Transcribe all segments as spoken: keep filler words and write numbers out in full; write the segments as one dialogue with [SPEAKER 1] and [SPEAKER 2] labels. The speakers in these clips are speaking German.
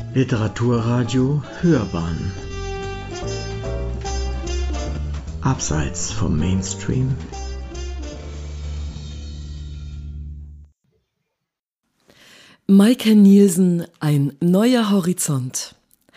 [SPEAKER 1] Literaturradio Hörbahn Abseits vom Mainstream.
[SPEAKER 2] Maike Nielsen, ein neuer Horizont.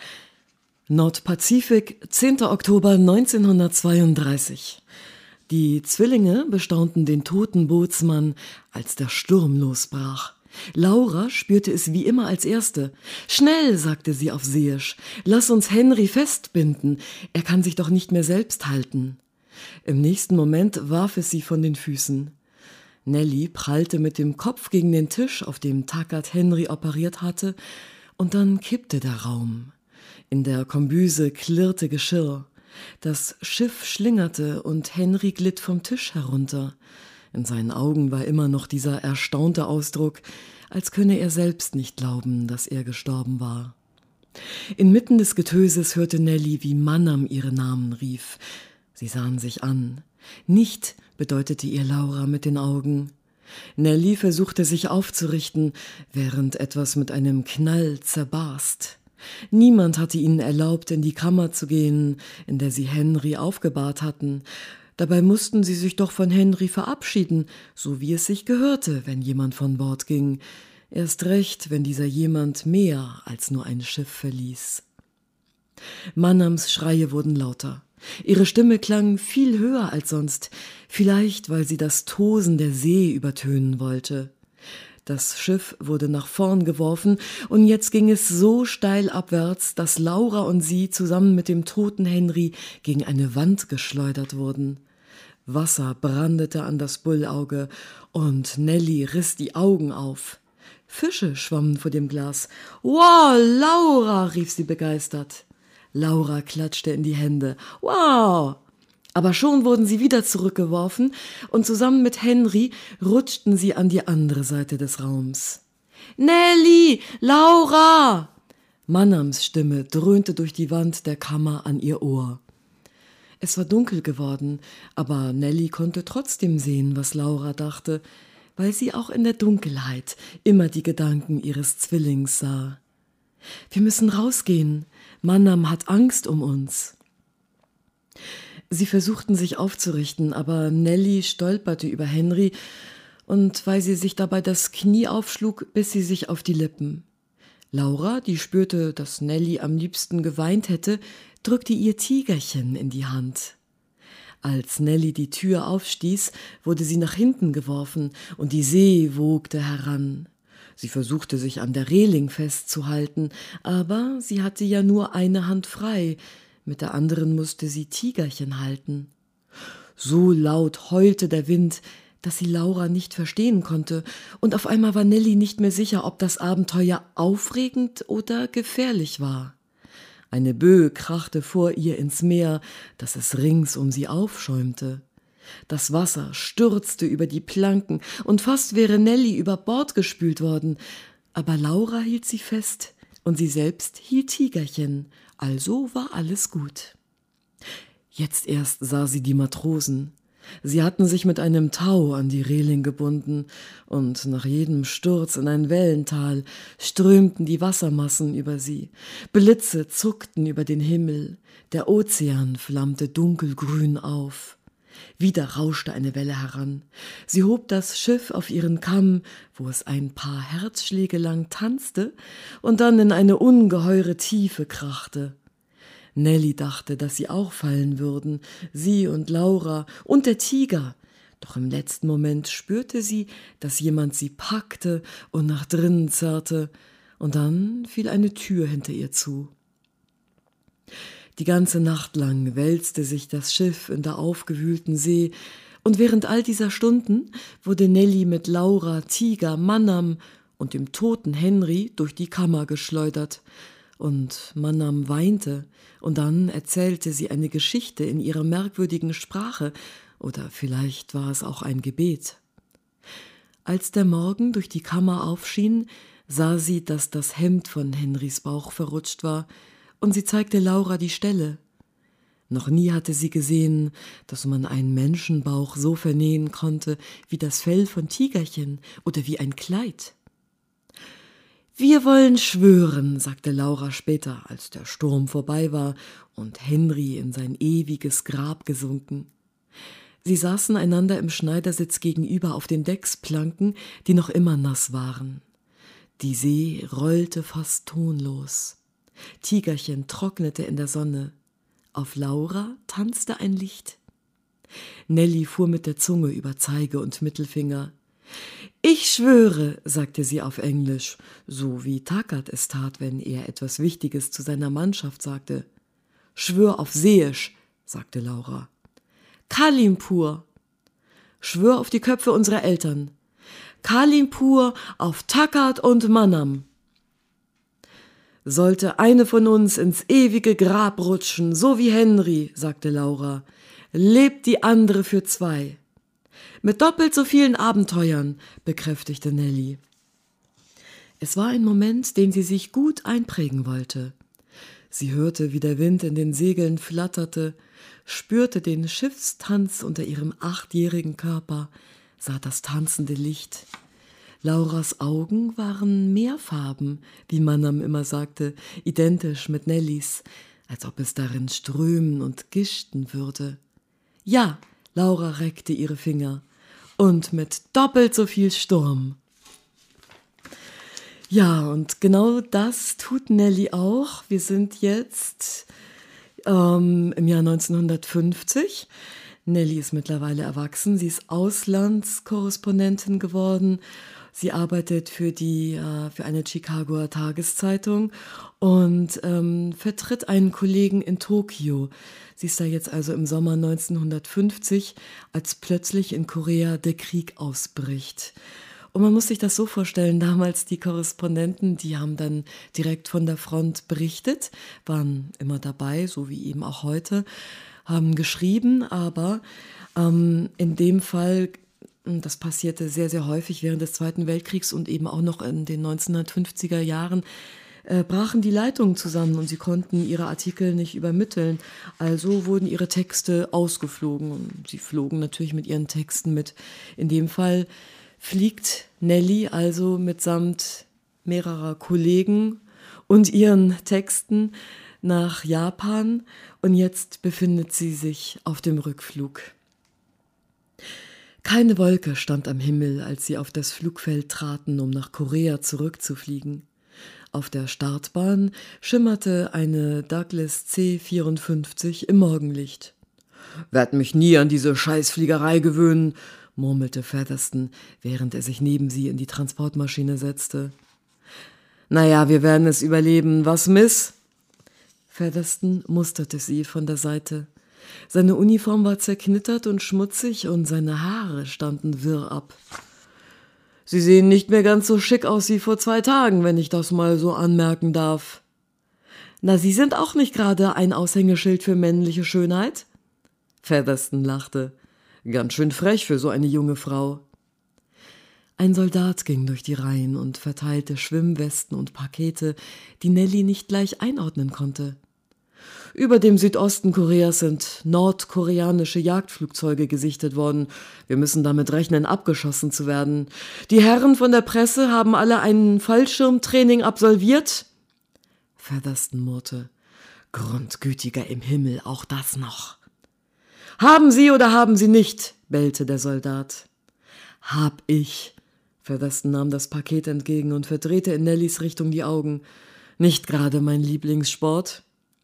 [SPEAKER 2] Nordpazifik, zehnter Oktober neunzehnhundertzweiunddreißig. Die Zwillinge bestaunten den toten Bootsmann, als der Sturm losbrach. Laura spürte es wie immer als Erste. »Schnell«, sagte sie auf Seeisch, »lass uns Henry festbinden. Er kann sich doch nicht mehr selbst halten.« Im nächsten Moment warf es sie von den Füßen. Nellie prallte mit dem Kopf gegen den Tisch, auf dem Taggart Henry operiert hatte, und dann kippte der Raum. In der Kombüse klirrte Geschirr. Das Schiff schlingerte und Henry glitt vom Tisch herunter. In seinen Augen war immer noch dieser erstaunte Ausdruck, als könne er selbst nicht glauben, dass er gestorben war. Inmitten des Getöses hörte Nellie, wie Mannam ihre Namen rief. Sie sahen sich an. »Nicht«, bedeutete ihr Laura mit den Augen. Nellie versuchte sich aufzurichten, während etwas mit einem Knall zerbarst. Niemand hatte ihnen erlaubt, in die Kammer zu gehen, in der sie Henry aufgebahrt hatten. Dabei mussten sie sich doch von Henry verabschieden, so wie es sich gehörte, wenn jemand von Bord ging. Erst recht, wenn dieser jemand mehr als nur ein Schiff verließ. Mannams Schreie wurden lauter. Ihre Stimme klang viel höher als sonst, vielleicht weil sie das Tosen der See übertönen wollte. Das Schiff wurde nach vorn geworfen und jetzt ging es so steil abwärts, dass Laura und sie zusammen mit dem toten Henry gegen eine Wand geschleudert wurden. Wasser brandete an das Bullauge und Nellie riss die Augen auf. Fische schwammen vor dem Glas. »Wow, Laura«, rief sie begeistert. Laura klatschte in die Hände. »Wow!« Aber schon wurden sie wieder zurückgeworfen und zusammen mit Henry rutschten sie an die andere Seite des Raums. »Nellie! Laura!« Mannams Stimme dröhnte durch die Wand der Kammer an ihr Ohr. Es war dunkel geworden, aber Nellie konnte trotzdem sehen, was Laura dachte, weil sie auch in der Dunkelheit immer die Gedanken ihres Zwillings sah. »Wir müssen rausgehen. Mannam hat Angst um uns.« Sie versuchten sich aufzurichten, aber Nellie stolperte über Henry und weil sie sich dabei das Knie aufschlug, biss sie sich auf die Lippen. Laura, die spürte, dass Nellie am liebsten geweint hätte, drückte ihr Tigerchen in die Hand. Als Nellie die Tür aufstieß, wurde sie nach hinten geworfen und die See wogte heran. Sie versuchte sich an der Reling festzuhalten, aber sie hatte ja nur eine Hand frei. Mit der anderen musste sie Tigerchen halten. So laut heulte der Wind, dass sie Laura nicht verstehen konnte, und auf einmal war Nellie nicht mehr sicher, ob das Abenteuer aufregend oder gefährlich war. Eine Böe krachte vor ihr ins Meer, dass es rings um sie aufschäumte. Das Wasser stürzte über die Planken, und fast wäre Nellie über Bord gespült worden, aber Laura hielt sie fest, und sie selbst hielt Tigerchen, also war alles gut. Jetzt erst sah sie die Matrosen. Sie hatten sich mit einem Tau an die Reling gebunden, und nach jedem Sturz in ein Wellental strömten die Wassermassen über sie. Blitze zuckten über den Himmel, der Ozean flammte dunkelgrün auf. Wieder rauschte eine Welle heran. Sie hob das Schiff auf ihren Kamm, wo es ein paar Herzschläge lang tanzte und dann in eine ungeheure Tiefe krachte. Nellie dachte, dass sie auch fallen würden, sie und Laura und der Tiger. Doch im letzten Moment spürte sie, dass jemand sie packte und nach drinnen zerrte, und dann fiel eine Tür hinter ihr zu. Die ganze Nacht lang wälzte sich das Schiff in der aufgewühlten See, und während all dieser Stunden wurde Nellie mit Laura, Tiger, Mannam und dem toten Henry durch die Kammer geschleudert. Und Mannam weinte, und dann erzählte sie eine Geschichte in ihrer merkwürdigen Sprache, oder vielleicht war es auch ein Gebet. Als der Morgen durch die Kammer aufschien, sah sie, dass das Hemd von Henrys Bauch verrutscht war, und sie zeigte Laura die Stelle. Noch nie hatte sie gesehen, dass man einen Menschenbauch so vernähen konnte wie das Fell von Tigerchen oder wie ein Kleid. »Wir wollen schwören«, sagte Laura später, als der Sturm vorbei war und Henry in sein ewiges Grab gesunken. Sie saßen einander im Schneidersitz gegenüber auf den Decksplanken, die noch immer nass waren. Die See rollte fast tonlos. Tigerchen trocknete in der Sonne. Auf Laura tanzte ein Licht. Nellie fuhr mit der Zunge über Zeige und Mittelfinger. »Ich schwöre«, sagte sie auf Englisch, so wie Taggart es tat, wenn er etwas Wichtiges zu seiner Mannschaft sagte. »Schwör auf Seesch«, sagte Laura. »Kalimpur«. »Schwör auf die Köpfe unserer Eltern«. »Kalimpur auf Taggart und Mannam.« »Sollte eine von uns ins ewige Grab rutschen, so wie Henry«, sagte Laura, »lebt die andere für zwei.« »Mit doppelt so vielen Abenteuern«, bekräftigte Nellie. Es war ein Moment, den sie sich gut einprägen wollte. Sie hörte, wie der Wind in den Segeln flatterte, spürte den Schiffstanz unter ihrem achtjährigen Körper, sah das tanzende Licht. Lauras Augen waren Meerfarben, wie Mannam immer sagte, identisch mit Nellies, als ob es darin strömen und gischten würde. Ja, Laura reckte ihre Finger. Und mit doppelt so viel Sturm. Ja, und genau das tut Nellie auch. Wir sind jetzt ähm, im Jahr neunzehnhundertfünfzig. Nellie ist mittlerweile erwachsen. Sie ist Auslandskorrespondentin geworden. Sie arbeitet für, die, äh, für eine Chicagoer Tageszeitung und ähm, vertritt einen Kollegen in Tokio. Sie ist da jetzt also im Sommer neunzehnhundertfünfzig, als plötzlich in Korea der Krieg ausbricht. Und man muss sich das so vorstellen, damals die Korrespondenten, die haben dann direkt von der Front berichtet, waren immer dabei, so wie eben auch heute, haben geschrieben, aber ähm, in dem Fall, das passierte sehr, sehr häufig während des Zweiten Weltkriegs und eben auch noch in den neunzehnhundertfünfziger Jahren, äh, brachen die Leitungen zusammen und sie konnten ihre Artikel nicht übermitteln. Also wurden ihre Texte ausgeflogen und sie flogen natürlich mit ihren Texten mit. In dem Fall fliegt Nellie also mitsamt mehrerer Kollegen und ihren Texten nach Japan und jetzt befindet sie sich auf dem Rückflug. Keine Wolke stand am Himmel, als sie auf das Flugfeld traten, um nach Korea zurückzufliegen. Auf der Startbahn schimmerte eine Douglas C vierundfünfzig im Morgenlicht. »Werd mich nie an diese Scheißfliegerei gewöhnen«, murmelte Featherston, während er sich neben sie in die Transportmaschine setzte. »Naja, wir werden es überleben, was, Miss?« Featherston musterte sie von der Seite. Seine Uniform war zerknittert und schmutzig und seine Haare standen wirr ab. »Sie sehen nicht mehr ganz so schick aus wie vor zwei Tagen, wenn ich das mal so anmerken darf.« »Na, Sie sind auch nicht gerade ein Aushängeschild für männliche Schönheit?« Featherston lachte. »Ganz schön frech für so eine junge Frau.« Ein Soldat ging durch die Reihen und verteilte Schwimmwesten und Pakete, die Nellie nicht gleich einordnen konnte. »Über dem Südosten Koreas sind nordkoreanische Jagdflugzeuge gesichtet worden. Wir müssen damit rechnen, abgeschossen zu werden. Die Herren von der Presse haben alle ein Fallschirmtraining absolviert?« Featherston murrte. »Grundgütiger im Himmel, auch das noch.« »Haben Sie oder haben Sie nicht?« bellte der Soldat. »Hab ich.« Featherston nahm das Paket entgegen und verdrehte in Nellies Richtung die Augen. »Nicht gerade mein Lieblingssport.«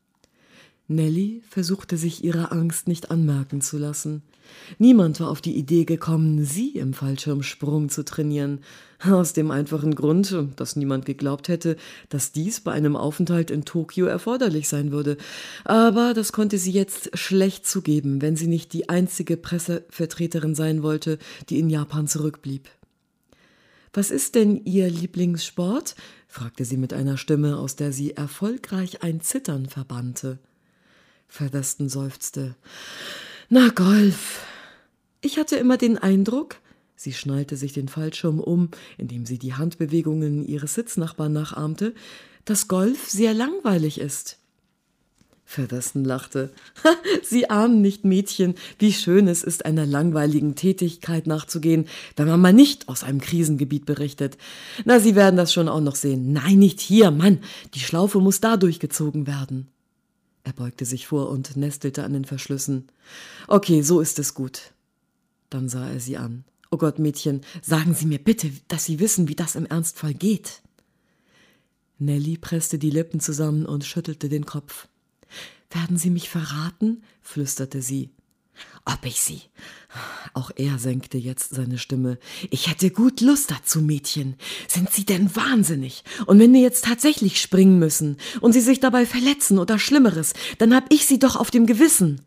[SPEAKER 2] Nellie versuchte sich ihrer Angst nicht anmerken zu lassen. Niemand war auf die Idee gekommen, sie im Fallschirmsprung zu trainieren. Aus dem einfachen Grund, dass niemand geglaubt hätte, dass dies bei einem Aufenthalt in Tokio erforderlich sein würde. Aber das konnte sie jetzt schlecht zugeben, wenn sie nicht die einzige Pressevertreterin sein wollte, die in Japan zurückblieb. »Was ist denn Ihr Lieblingssport?« fragte sie mit einer Stimme, aus der sie erfolgreich ein Zittern verbannte. Featherston seufzte. »Na, Golf. Ich hatte immer den Eindruck«, sie schnallte sich den Fallschirm um, indem sie die Handbewegungen ihres Sitznachbarn nachahmte, »dass Golf sehr langweilig ist.« Featherston lachte. »Sie ahnen nicht, Mädchen, wie schön es ist, einer langweiligen Tätigkeit nachzugehen, wenn man mal nicht aus einem Krisengebiet berichtet. Na, Sie werden das schon auch noch sehen. Nein, nicht hier, Mann, die Schlaufe muss da durchgezogen werden.« Er beugte sich vor und nestelte an den Verschlüssen. »Okay, so ist es gut.« Dann sah er sie an. »Oh Gott, Mädchen, sagen Sie mir bitte, dass Sie wissen, wie das im Ernstfall geht.« Nellie presste die Lippen zusammen und schüttelte den Kopf. »Werden Sie mich verraten?« flüsterte sie. »Ob ich Sie?« Auch er senkte jetzt seine Stimme. »Ich hätte gut Lust dazu, Mädchen. Sind Sie denn wahnsinnig? Und wenn wir jetzt tatsächlich springen müssen und Sie sich dabei verletzen oder Schlimmeres, dann hab ich Sie doch auf dem Gewissen.«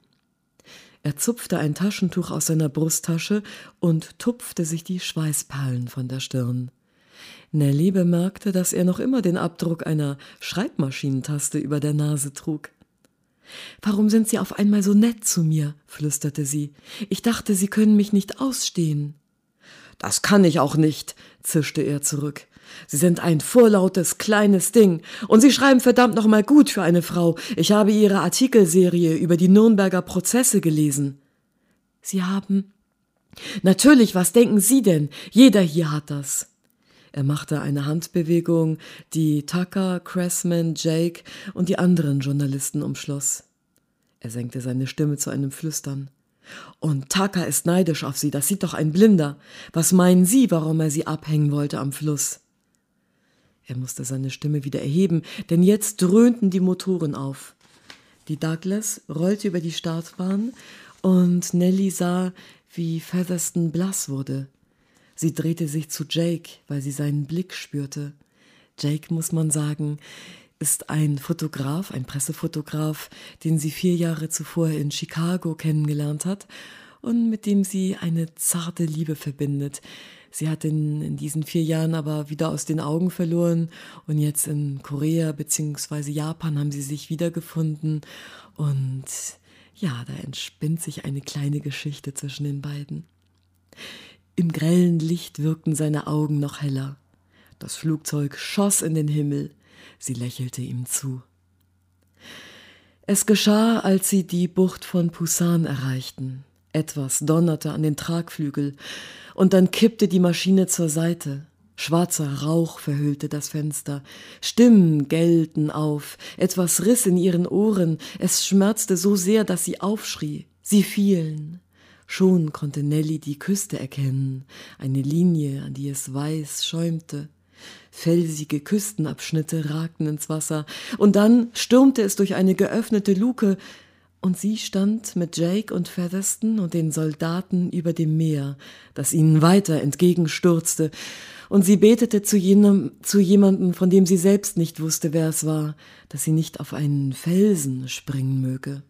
[SPEAKER 2] Er zupfte ein Taschentuch aus seiner Brusttasche und tupfte sich die Schweißperlen von der Stirn. Nellie bemerkte, dass er noch immer den Abdruck einer Schreibmaschinentaste über der Nase trug. »Warum sind Sie auf einmal so nett zu mir?« flüsterte sie. »Ich dachte, Sie können mich nicht ausstehen.« »Das kann ich auch nicht«, zischte er zurück. »Sie sind ein vorlautes, kleines Ding. Und Sie schreiben verdammt noch mal gut für eine Frau. Ich habe Ihre Artikelserie über die Nürnberger Prozesse gelesen.« »Sie haben...« »Natürlich, was denken Sie denn? Jeder hier hat das.« Er machte eine Handbewegung, die Tucker, Cressman, Jake und die anderen Journalisten umschloss. Er senkte seine Stimme zu einem Flüstern. »Und Tucker ist neidisch auf Sie, das sieht doch ein Blinder. Was meinen Sie, warum er Sie abhängen wollte am Fluss?« Er musste seine Stimme wieder erheben, denn jetzt dröhnten die Motoren auf. Die Douglas rollte über die Startbahn und Nellie sah, wie Featherston blass wurde. Sie drehte sich zu Jake, weil sie seinen Blick spürte. Jake, muss man sagen, ist ein Fotograf, ein Pressefotograf, den sie vier Jahre zuvor in Chicago kennengelernt hat und mit dem sie eine zarte Liebe verbindet. Sie hat ihn in diesen vier Jahren aber wieder aus den Augen verloren und jetzt in Korea bzw. Japan haben sie sich wiedergefunden und ja, da entspinnt sich eine kleine Geschichte zwischen den beiden. Im grellen Licht wirkten seine Augen noch heller. Das Flugzeug schoss in den Himmel. Sie lächelte ihm zu. Es geschah, als sie die Bucht von Pusan erreichten. Etwas donnerte an den Tragflügel und dann kippte die Maschine zur Seite. Schwarzer Rauch verhüllte das Fenster. Stimmen gellten auf. Etwas riss in ihren Ohren. Es schmerzte so sehr, dass sie aufschrie. Sie fielen. Schon konnte Nellie die Küste erkennen, eine Linie, an die es weiß schäumte. Felsige Küstenabschnitte ragten ins Wasser, und dann stürmte es durch eine geöffnete Luke, und sie stand mit Jake und Featherston und den Soldaten über dem Meer, das ihnen weiter entgegenstürzte, und sie betete zu jenem, zu jemandem, von dem sie selbst nicht wusste, wer es war, dass sie nicht auf einen Felsen springen möge.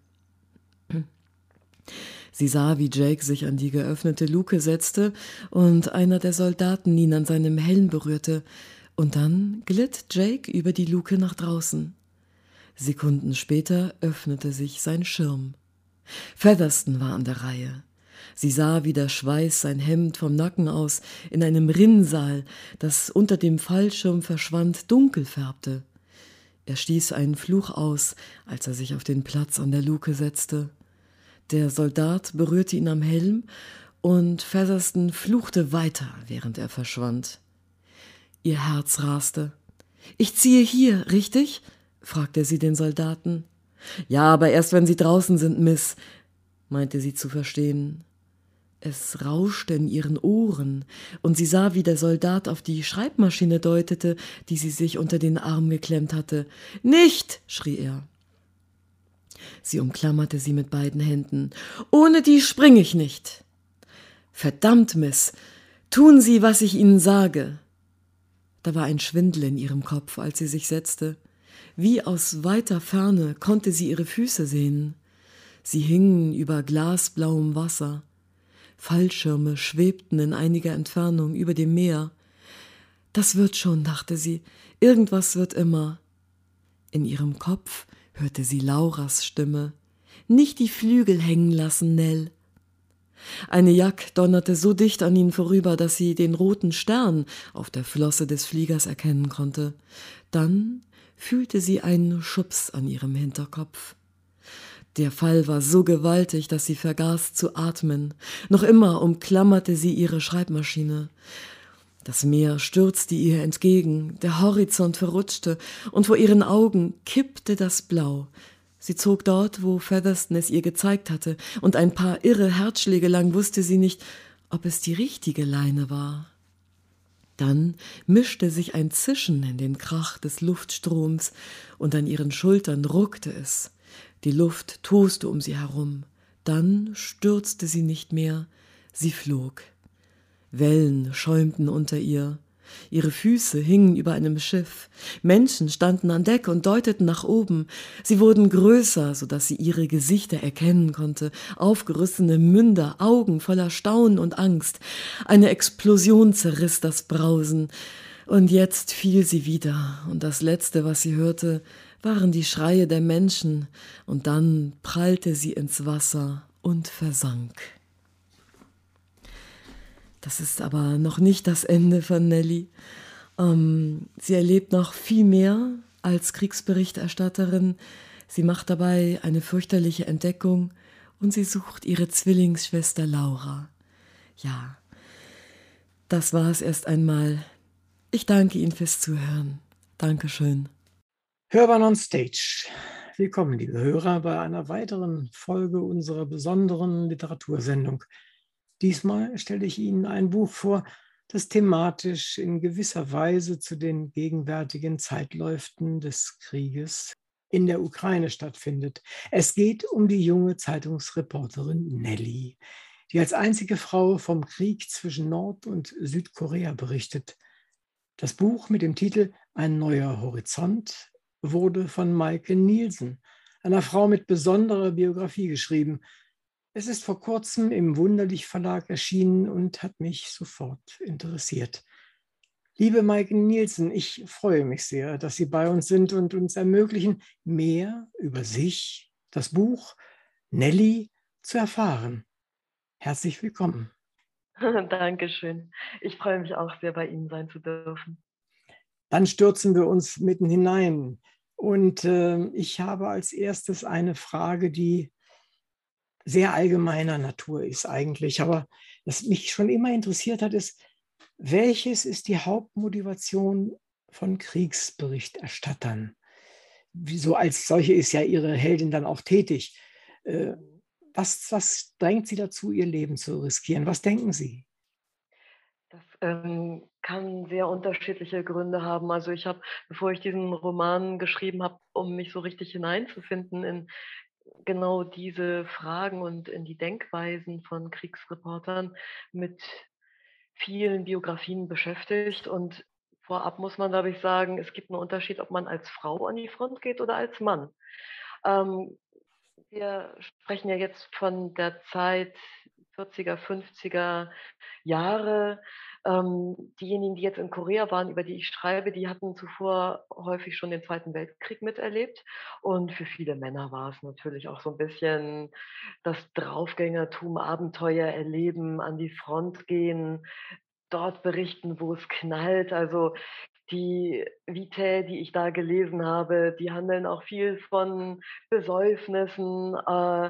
[SPEAKER 2] Sie sah, wie Jake sich an die geöffnete Luke setzte und einer der Soldaten ihn an seinem Helm berührte, und dann glitt Jake über die Luke nach draußen. Sekunden später öffnete sich sein Schirm. Featherston war an der Reihe. Sie sah, wie der Schweiß sein Hemd vom Nacken aus in einem Rinnsal, das unter dem Fallschirm verschwand, dunkel färbte. Er stieß einen Fluch aus, als er sich auf den Platz an der Luke setzte. Der Soldat berührte ihn am Helm und Featherston fluchte weiter, während er verschwand. Ihr Herz raste. »Ich ziehe hier, richtig?« fragte sie den Soldaten. »Ja, aber erst wenn Sie draußen sind, Miss«, meinte sie zu verstehen. Es rauschte in ihren Ohren, und sie sah, wie der Soldat auf die Schreibmaschine deutete, die sie sich unter den Arm geklemmt hatte. »Nicht!« schrie er. Sie umklammerte sie mit beiden Händen. »Ohne die springe ich nicht!« »Verdammt, Miss, tun Sie, was ich Ihnen sage!« Da war ein Schwindel in ihrem Kopf, als sie sich setzte. Wie aus weiter Ferne konnte sie ihre Füße sehen. Sie hingen über glasblauem Wasser. Fallschirme schwebten in einiger Entfernung über dem Meer. »Das wird schon«, dachte sie, »irgendwas wird immer.« In ihrem Kopf hörte sie Lauras Stimme. »Nicht die Flügel hängen lassen, Nell.« Eine Jack donnerte so dicht an ihnen vorüber, dass sie den roten Stern auf der Flosse des Fliegers erkennen konnte. Dann fühlte sie einen Schubs an ihrem Hinterkopf. Der Fall war so gewaltig, dass sie vergaß zu atmen. Noch immer umklammerte sie ihre Schreibmaschine. Das Meer stürzte ihr entgegen, der Horizont verrutschte, und vor ihren Augen kippte das Blau. Sie zog dort, wo Featherston es ihr gezeigt hatte, und ein paar irre Herzschläge lang wusste sie nicht, ob es die richtige Leine war. Dann mischte sich ein Zischen in den Krach des Luftstroms, und an ihren Schultern ruckte es. Die Luft toste um sie herum. Dann stürzte sie nicht mehr, sie flog. Wellen schäumten unter ihr. Ihre Füße hingen über einem Schiff. Menschen standen an Deck und deuteten nach oben. Sie wurden größer, so dass sie ihre Gesichter erkennen konnte. Aufgerissene Münder, Augen voller Staunen und Angst. Eine Explosion zerriss das Brausen. Und jetzt fiel sie wieder. Und das Letzte, was sie hörte, waren die Schreie der Menschen. Und dann prallte sie ins Wasser und versank. Das ist aber noch nicht das Ende von Nellie. Ähm, sie erlebt noch viel mehr als Kriegsberichterstatterin. Sie macht dabei eine fürchterliche Entdeckung und sie sucht ihre Zwillingsschwester Laura. Ja, das war es erst einmal. Ich danke Ihnen fürs Zuhören. Dankeschön.
[SPEAKER 3] Hörbahn on Stage. Willkommen, liebe Hörer, bei einer weiteren Folge unserer besonderen Literatursendung. Diesmal stelle ich Ihnen ein Buch vor, das thematisch in gewisser Weise zu den gegenwärtigen Zeitläuften des Krieges in der Ukraine stattfindet. Es geht um die junge Zeitungsreporterin Nellie, die als einzige Frau vom Krieg zwischen Nord- und Südkorea berichtet. Das Buch mit dem Titel Ein neuer Horizont wurde von Maike Nielsen, einer Frau mit besonderer Biografie, geschrieben. Es ist vor kurzem im Wunderlich Verlag erschienen und hat mich sofort interessiert. Liebe Maike Nielsen, ich freue mich sehr, dass Sie bei uns sind und uns ermöglichen, mehr über sich, das Buch Nellie zu erfahren. Herzlich willkommen.
[SPEAKER 4] Dankeschön. Ich freue mich auch sehr, bei Ihnen sein zu dürfen.
[SPEAKER 3] Dann stürzen wir uns mitten hinein. Und äh, ich habe als erstes eine Frage, die sehr allgemeiner Natur ist eigentlich. Aber was mich schon immer interessiert hat, ist, welches ist die Hauptmotivation von Kriegsberichterstattern? Wieso als solche ist ja Ihre Heldin dann auch tätig. Äh, was, was drängt Sie dazu, Ihr Leben zu riskieren? Was denken Sie?
[SPEAKER 4] Das ähm, kann sehr unterschiedliche Gründe haben. Also ich habe, bevor ich diesen Roman geschrieben habe, um mich so richtig hineinzufinden in genau diese Fragen und in die Denkweisen von Kriegsreportern, mit vielen Biografien beschäftigt. Und vorab muss man, glaube ich, sagen, es gibt einen Unterschied, ob man als Frau an die Front geht oder als Mann. Ähm, wir sprechen ja jetzt von der Zeit vierziger, fünfziger Jahre. Ähm, diejenigen, die jetzt in Korea waren, über die ich schreibe, die hatten zuvor häufig schon den Zweiten Weltkrieg miterlebt. Und für viele Männer war es natürlich auch so ein bisschen das Draufgängertum, Abenteuer erleben, an die Front gehen, dort berichten, wo es knallt. Also die Vitae, die ich da gelesen habe, die handeln auch viel von Besäufnissen, äh,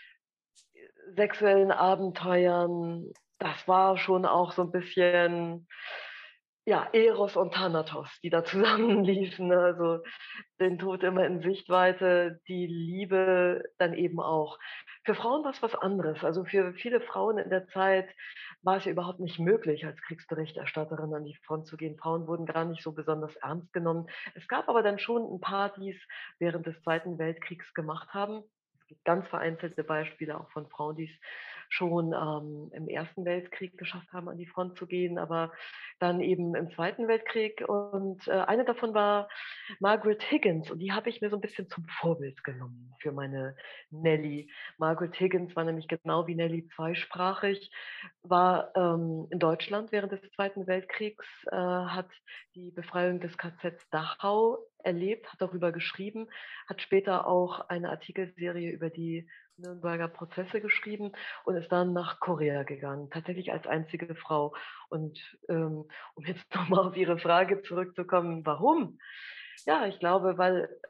[SPEAKER 4] sexuellen Abenteuern. Das war schon auch so ein bisschen, ja, Eros und Thanatos, die da zusammenliefen. Ne? Also den Tod immer in Sichtweite, die Liebe dann eben auch. Für Frauen war es was anderes. Also für viele Frauen in der Zeit war es ja überhaupt nicht möglich, als Kriegsberichterstatterin an die Front zu gehen. Frauen wurden gar nicht so besonders ernst genommen. Es gab aber dann schon ein paar, die es während des Zweiten Weltkriegs gemacht haben. Es gibt ganz vereinzelte Beispiele auch von Frauen, die es schon ähm, im Ersten Weltkrieg geschafft haben, an die Front zu gehen, aber dann eben im Zweiten Weltkrieg. Und äh, eine davon war Margaret Higgins, und die habe ich mir so ein bisschen zum Vorbild genommen für meine Nellie. Margaret Higgins war nämlich genau wie Nellie zweisprachig, war ähm, in Deutschland während des Zweiten Weltkriegs, äh, hat die Befreiung des K Zs Dachau erlebt, hat darüber geschrieben, hat später auch eine Artikelserie über die Nürnberger Prozesse geschrieben und ist dann nach Korea gegangen, tatsächlich als einzige Frau. Und ähm, um jetzt nochmal auf Ihre Frage zurückzukommen, warum? Ja, ich glaube, weil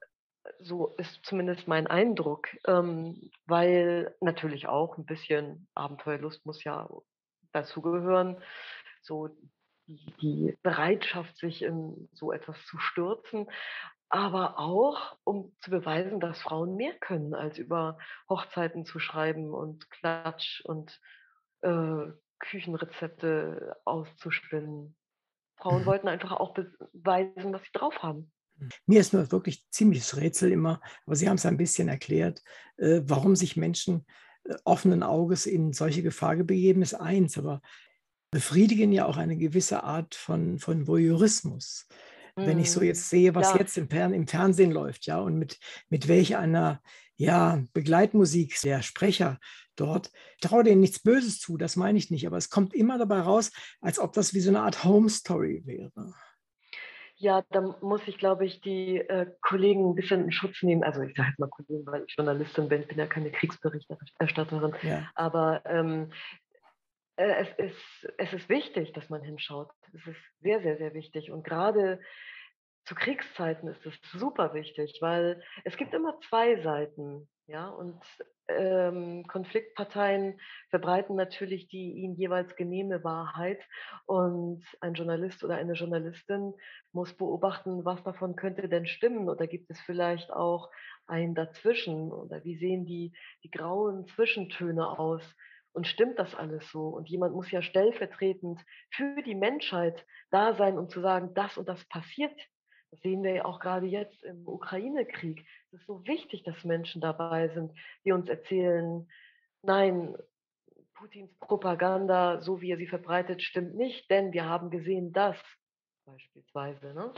[SPEAKER 4] So ist zumindest mein Eindruck, ähm, weil natürlich auch ein bisschen Abenteuerlust muss ja dazugehören, so die die Bereitschaft, sich in so etwas zu stürzen, aber auch, um zu beweisen, dass Frauen mehr können, als über Hochzeiten zu schreiben und Klatsch und, äh, Küchenrezepte auszuspinnen. Frauen
[SPEAKER 3] Mhm.
[SPEAKER 4] wollten einfach auch beweisen, was sie drauf haben.
[SPEAKER 3] Mir ist nur wirklich ziemliches Rätsel immer, aber Sie haben es ein bisschen erklärt, äh, warum sich Menschen äh, offenen Auges in solche Gefahr begeben, ist eins, aber befriedigen ja auch eine gewisse Art von, von Voyeurismus. Wenn ich so
[SPEAKER 4] Mhm.
[SPEAKER 3] jetzt sehe, was
[SPEAKER 4] Ja,
[SPEAKER 3] jetzt im, Fern-, im Fernsehen läuft, ja, und mit, mit welch einer ja, Begleitmusik der Sprecher dort, ich traue denen nichts Böses zu, das meine ich nicht, aber es kommt immer dabei raus, als ob das wie so eine Art Home Story wäre.
[SPEAKER 4] ja, da muss ich, glaube ich, die, äh, Kollegen 'n bisschen in Schutz nehmen. Also, ich sage jetzt mal Kollegen, weil ich Journalistin bin, ich bin ja keine Kriegsberichterstatterin.
[SPEAKER 3] Ja.
[SPEAKER 4] Aber, ähm, äh, es ist es ist wichtig, dass man hinschaut. Es ist sehr, sehr, sehr wichtig. Und grade zu Kriegszeiten ist es super wichtig, weil es gibt immer zwei Seiten, ja, und, ähm, Konfliktparteien verbreiten natürlich die ihnen jeweils genehme Wahrheit und ein Journalist oder eine Journalistin muss beobachten, was davon könnte denn stimmen oder gibt es vielleicht auch ein Dazwischen oder wie sehen die die grauen Zwischentöne aus und stimmt das alles so? Und jemand muss ja stellvertretend für die Menschheit da sein, um zu sagen: „Das und das passiert.“ Das sehen wir ja auch gerade jetzt im Ukraine-Krieg. Es ist so wichtig, dass Menschen dabei sind, die uns erzählen: „Nein, Putins Propaganda, so wie er sie verbreitet, stimmt nicht, denn wir haben gesehen das“, beispielsweise, ne?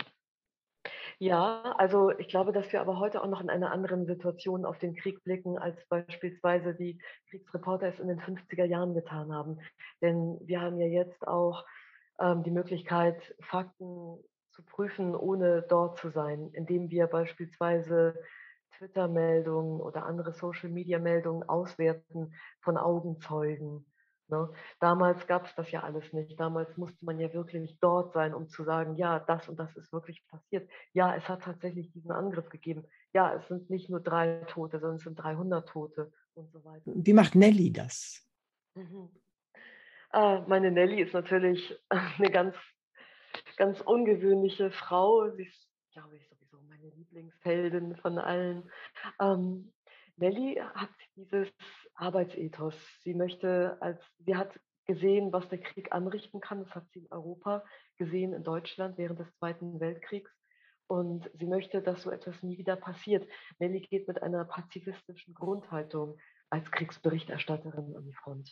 [SPEAKER 4] Ja, also ich glaube, dass wir aber heute auch noch in einer anderen Situation auf den Krieg blicken, als beispielsweise die Kriegsreporter es in den fünfziger Jahren getan haben. Denn wir haben ja jetzt auch ähm, die Möglichkeit, Fakten zu prüfen, ohne dort zu sein, indem wir beispielsweise Twitter-Meldungen oder andere Social-Media-Meldungen auswerten von Augenzeugen. Ne? Damals gab es das ja alles nicht. Damals musste man ja wirklich dort sein, um zu sagen, ja, das und das ist wirklich passiert. Ja, es hat tatsächlich diesen Angriff gegeben. Ja, es sind nicht nur drei Tote, sondern es sind dreihundert Tote und so weiter.
[SPEAKER 3] Wie macht Nelly das?
[SPEAKER 4] Mhm. Ah, meine Nelly ist natürlich eine ganz ganz ungewöhnliche Frau. Sie ist, glaube ich, sowieso meine Lieblingsheldin von allen. Ähm, Nelly hat dieses Arbeitsethos. Sie möchte als sie hat gesehen, was der Krieg anrichten kann. Das hat sie in Europa gesehen, in Deutschland während des Zweiten Weltkriegs. Und sie möchte, dass so etwas nie wieder passiert. Nelly geht mit einer pazifistischen Grundhaltung als Kriegsberichterstatterin an die Front.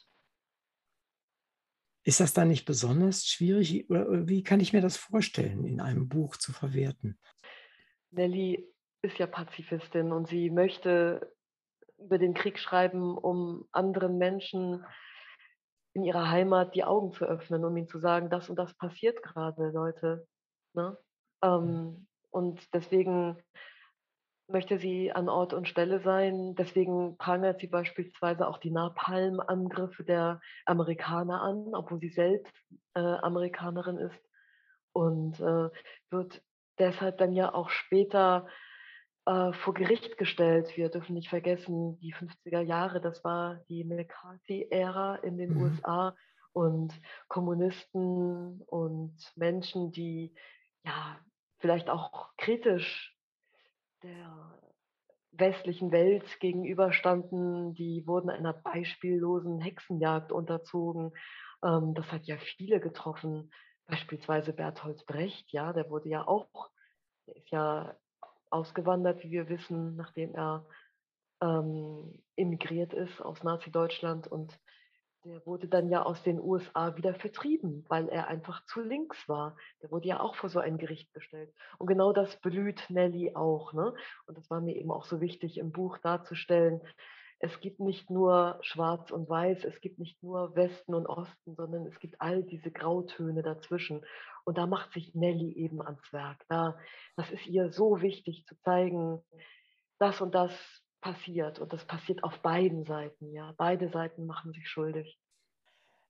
[SPEAKER 3] Ist das dann nicht besonders schwierig? Oder wie kann ich mir das vorstellen, in einem Buch zu verwerten?
[SPEAKER 4] Nelly ist ja Pazifistin und sie möchte über den Krieg schreiben, um anderen Menschen in ihrer Heimat die Augen zu öffnen, um ihnen zu sagen: „Das und das passiert gerade, Leute“, ne? Ähm, und deswegen möchte sie an Ort und Stelle sein. Deswegen prangert sie beispielsweise auch die Napalm-Angriffe der Amerikaner an, obwohl sie selbst, äh, Amerikanerin ist und, äh, wird deshalb dann ja auch später äh, vor Gericht gestellt. Wir dürfen nicht vergessen, die fünfziger Jahre, das war die McCarthy-Ära in den
[SPEAKER 3] Mhm.
[SPEAKER 4] U S A und Kommunisten und Menschen, die ja vielleicht auch kritisch der westlichen Welt gegenüberstanden, die wurden einer beispiellosen Hexenjagd unterzogen. Ähm, das hat ja viele getroffen, beispielsweise Bertolt Brecht, ja, der wurde ja auch der ist ja ausgewandert, wie wir wissen, nachdem er, ähm, emigriert ist aus Nazi-Deutschland und der wurde dann ja aus den U S A wieder vertrieben, weil er einfach zu links war. Der wurde ja auch vor so ein Gericht gestellt. Und genau das blüht Nelly auch, ne? Und das war mir eben auch so wichtig im Buch darzustellen. Es gibt nicht nur Schwarz und Weiß, es gibt nicht nur Westen und Osten, sondern es gibt all diese Grautöne dazwischen. Und da macht sich Nelly eben ans Werk. Da das ist ihr so wichtig zu zeigen, das und das passiert und das passiert auf beiden Seiten, ja. Beide Seiten machen sich schuldig.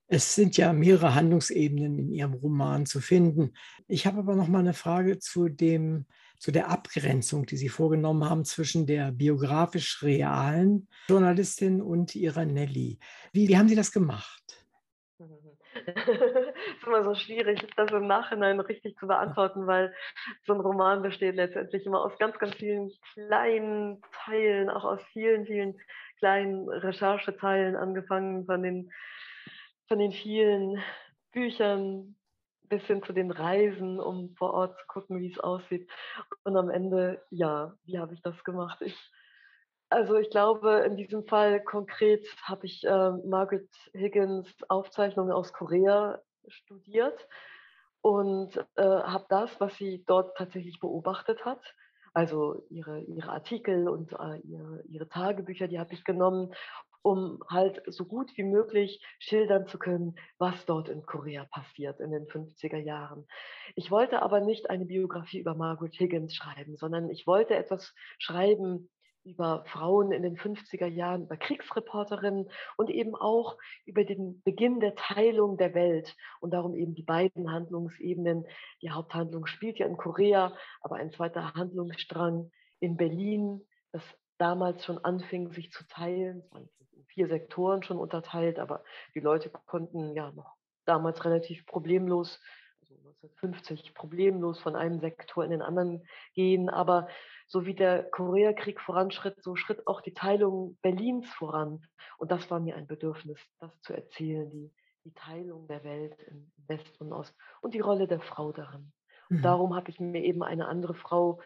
[SPEAKER 3] Es sind ja mehrere Handlungsebenen in Ihrem Roman zu finden. Ich habe aber noch mal eine Frage zu dem zu der Abgrenzung, die Sie vorgenommen haben zwischen der biografisch realen Journalistin und Ihrer Nelly. Wie wie haben Sie das gemacht?
[SPEAKER 4] Mhm. Ist immer so schwierig, das im Nachhinein richtig zu beantworten, weil so 'n Roman besteht letztendlich immer aus ganz, ganz vielen kleinen Teilen, auch aus vielen, vielen kleinen Rechercheteilen, angefangen von den von den vielen Büchern bis hin zu den Reisen, um vor Ort zu gucken, wie's aussieht. Und am Ende, ja, wie habe ich das gemacht? Ich also, ich glaube, in diesem Fall konkret habe ich, ähm, Margaret Higgins Aufzeichnungen aus Korea studiert und, äh, habe das, was sie dort tatsächlich beobachtet hat, also ihre ihre Artikel und, äh, ihre ihre Tagebücher, die habe ich genommen, um halt so gut wie möglich schildern zu können, was dort in Korea passiert in den fünfziger Jahren. Ich wollte aber nicht eine Biografie über Margaret Higgins schreiben, sondern ich wollte etwas schreiben über Frauen in den fünfziger Jahren, über Kriegsreporterinnen und eben auch über den Beginn der Teilung der Welt und darum eben die beiden Handlungsebenen. Die Haupthandlung spielt ja in Korea, aber ein zweiter Handlungsstrang in Berlin, das damals schon anfing, sich zu teilen. Es waren in vier Sektoren schon unterteilt, aber die Leute konnten ja noch damals relativ problemlos, also neunzehnhundertfünfzig, problemlos von einem Sektor in den anderen gehen. Aber so wie der Koreakrieg voranschritt, so schritt auch die Teilung Berlins voran. Und das war mir ein Bedürfnis, das zu erzählen, die die Teilung der Welt in West und Ost und die Rolle der Frau darin. Und
[SPEAKER 3] Mhm.
[SPEAKER 4] darum habe ich mir eben eine andere Frau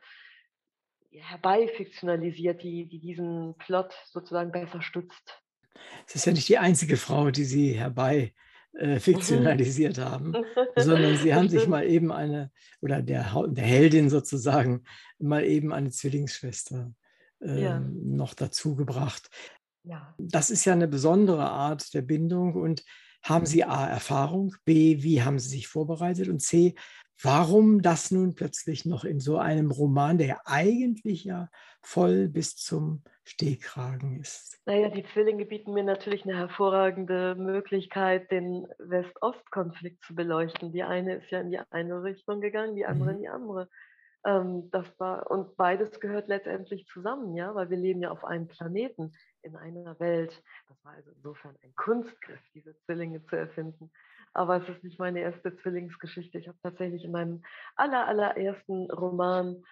[SPEAKER 4] herbeifiktionalisiert, die die diesen Plot sozusagen besser stützt.
[SPEAKER 3] Es ist ja nicht die einzige Frau, die Sie herbei, äh, fiktionalisiert haben, sondern Sie
[SPEAKER 4] Das
[SPEAKER 3] haben sich
[SPEAKER 4] stimmt.
[SPEAKER 3] mal eben eine oder der Hau der Heldin sozusagen mal eben eine Zwillingsschwester,
[SPEAKER 4] Ja,
[SPEAKER 3] ähm, noch dazu gebracht.
[SPEAKER 4] ja.
[SPEAKER 3] Das ist ja eine besondere Art der Bindung und haben Sie A, Erfahrung, B, wie haben Sie sich vorbereitet und C, warum das nun plötzlich noch in so einem Roman, der ja eigentlich ja voll bis zum Stehkragen ist?
[SPEAKER 4] Na ja, die Zwillinge bieten mir natürlich 'ne hervorragende Möglichkeit, den West-Ost-Konflikt zu beleuchten. Die eine ist ja in die eine Richtung gegangen, die andere
[SPEAKER 3] Mhm.
[SPEAKER 4] in die andere. Ähm, das war und beides gehört letztendlich zusammen, ja, weil wir leben ja auf einem Planeten, in einer Welt. Das war also insofern ein Kunstgriff, diese Zwillinge zu erfinden. Aber es ist nicht meine erste Zwillingsgeschichte. Ich habe tatsächlich in meinem aller allerersten Roman,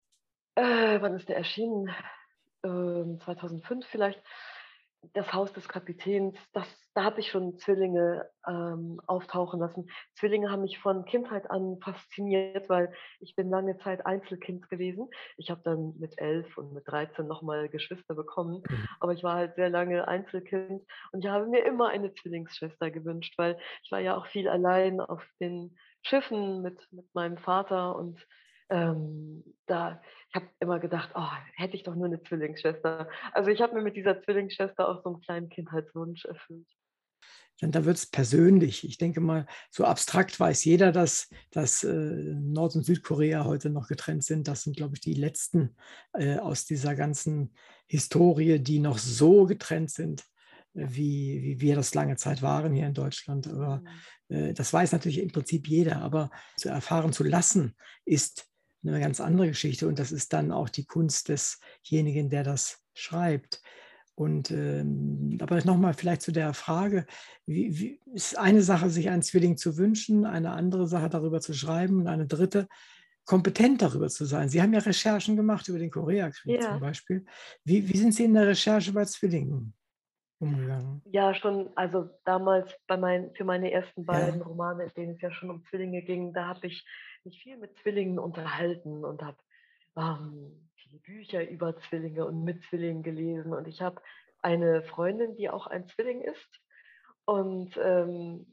[SPEAKER 4] äh, wann ist der erschienen? Ähm, zweitausendfünf vielleicht, „Das Haus des Kapitäns“, das da habe ich schon Zwillinge, ähm, auftauchen lassen. Zwillinge haben mich von Kindheit an fasziniert, weil ich bin lange Zeit Einzelkind gewesen. Ich habe dann mit elf und mit dreizehn noch mal Geschwister bekommen,
[SPEAKER 3] Mhm.
[SPEAKER 4] aber ich war halt sehr lange Einzelkind und ich habe mir immer eine Zwillingsschwester gewünscht, weil ich war ja auch viel allein auf den Schiffen mit mit meinem Vater und, ähm, da ich habe immer gedacht: „Oh, hätte ich doch nur 'ne Zwillingsschwester.“ Also, ich habe mir mit dieser Zwillingsschwester auch so 'n kleinen Kindheitswunsch erfüllt.
[SPEAKER 3] Dann da wird's persönlich. Ich denke mal, so abstrakt weiß jeder, dass dass, äh, Nord und Südkorea heute noch getrennt sind. Das sind, glaube ich, die letzten, äh, aus dieser ganzen Historie, die noch so getrennt sind, äh,
[SPEAKER 4] Ja.
[SPEAKER 3] wie wie wir das lange Zeit waren hier in Deutschland. Aber,
[SPEAKER 4] Mhm.
[SPEAKER 3] äh, das weiß natürlich im Prinzip jeder, aber zu erfahren zu lassen, ist 'ne ganz andere Geschichte und das ist dann auch die Kunst desjenigen, der das schreibt. Und, ähm, aber noch mal vielleicht zu der Frage, wie wie ist eine Sache, sich einen Zwilling zu wünschen, eine andere Sache, darüber zu schreiben und eine dritte, kompetent darüber zu sein. Sie haben ja Recherchen gemacht über den Koreakrieg zum
[SPEAKER 4] Ja.
[SPEAKER 3] Beispiel. Wie wie sind Sie in der Recherche bei Zwillingen umgegangen?
[SPEAKER 4] Ja, schon, also, damals bei meinen für meine ersten
[SPEAKER 3] Ja.
[SPEAKER 4] beiden Romane, in denen es ja schon um Zwillinge ging, da habe ich mich viel mit Zwillingen unterhalten und habe, ähm, viele Bücher über Zwillinge und mit Zwillingen gelesen. Und ich habe eine Freundin, die auch ein Zwilling ist und, ähm,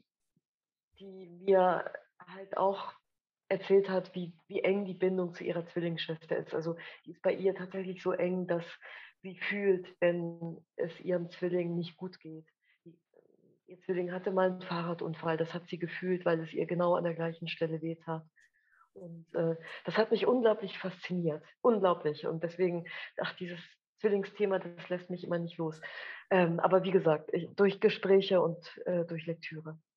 [SPEAKER 4] die mir halt auch erzählt hat, wie wie eng die Bindung zu ihrer Zwillingsschwester ist. Also, die ist bei ihr tatsächlich so eng, dass sie fühlt, wenn es ihrem Zwilling nicht gut geht. Die Ihr Zwilling hatte mal 'n Fahrradunfall, das hat sie gefühlt, weil es ihr genau an der gleichen Stelle wehtat. Und, äh, das hat mich unglaublich fasziniert, unglaublich. Und deswegen ach, dieses Zwillingsthema, das lässt mich immer nicht los. Ähm, aber wie gesagt, ich durch Gespräche und, äh, durch Lektüre.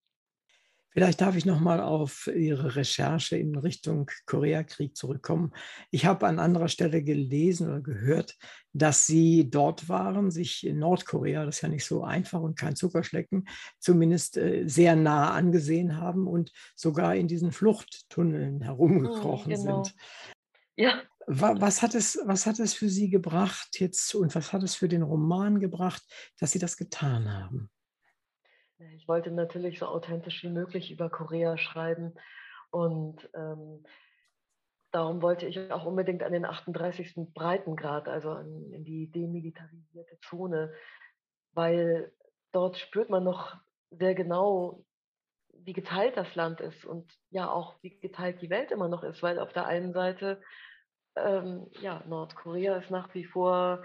[SPEAKER 3] Vielleicht darf ich noch mal auf Ihre Recherche in Richtung Koreakrieg zurückkommen. Ich habe an anderer Stelle gelesen oder gehört, dass Sie dort waren, sich in Nordkorea, das ist ja nicht so einfach und kein Zuckerschlecken, zumindest äh, sehr nah angesehen haben und sogar in diesen Fluchttunneln
[SPEAKER 4] Mhm,
[SPEAKER 3] herumgekrochen sind.
[SPEAKER 4] genau. Ja.
[SPEAKER 3] Wa- Was hat es, was hat es für Sie gebracht jetzt und was hat es für den Roman gebracht, dass Sie das getan haben?
[SPEAKER 4] Ja, ich wollte natürlich so authentisch wie möglich über Korea schreiben und, ähm, darum wollte ich auch unbedingt an den achtunddreißigsten Breitengrad, also an in die demilitarisierte Zone, weil dort spürt man noch sehr genau, wie geteilt das Land ist und ja auch, wie geteilt die Welt immer noch ist, weil auf der einen Seite, ähm, ja, Nordkorea ist nach wie vor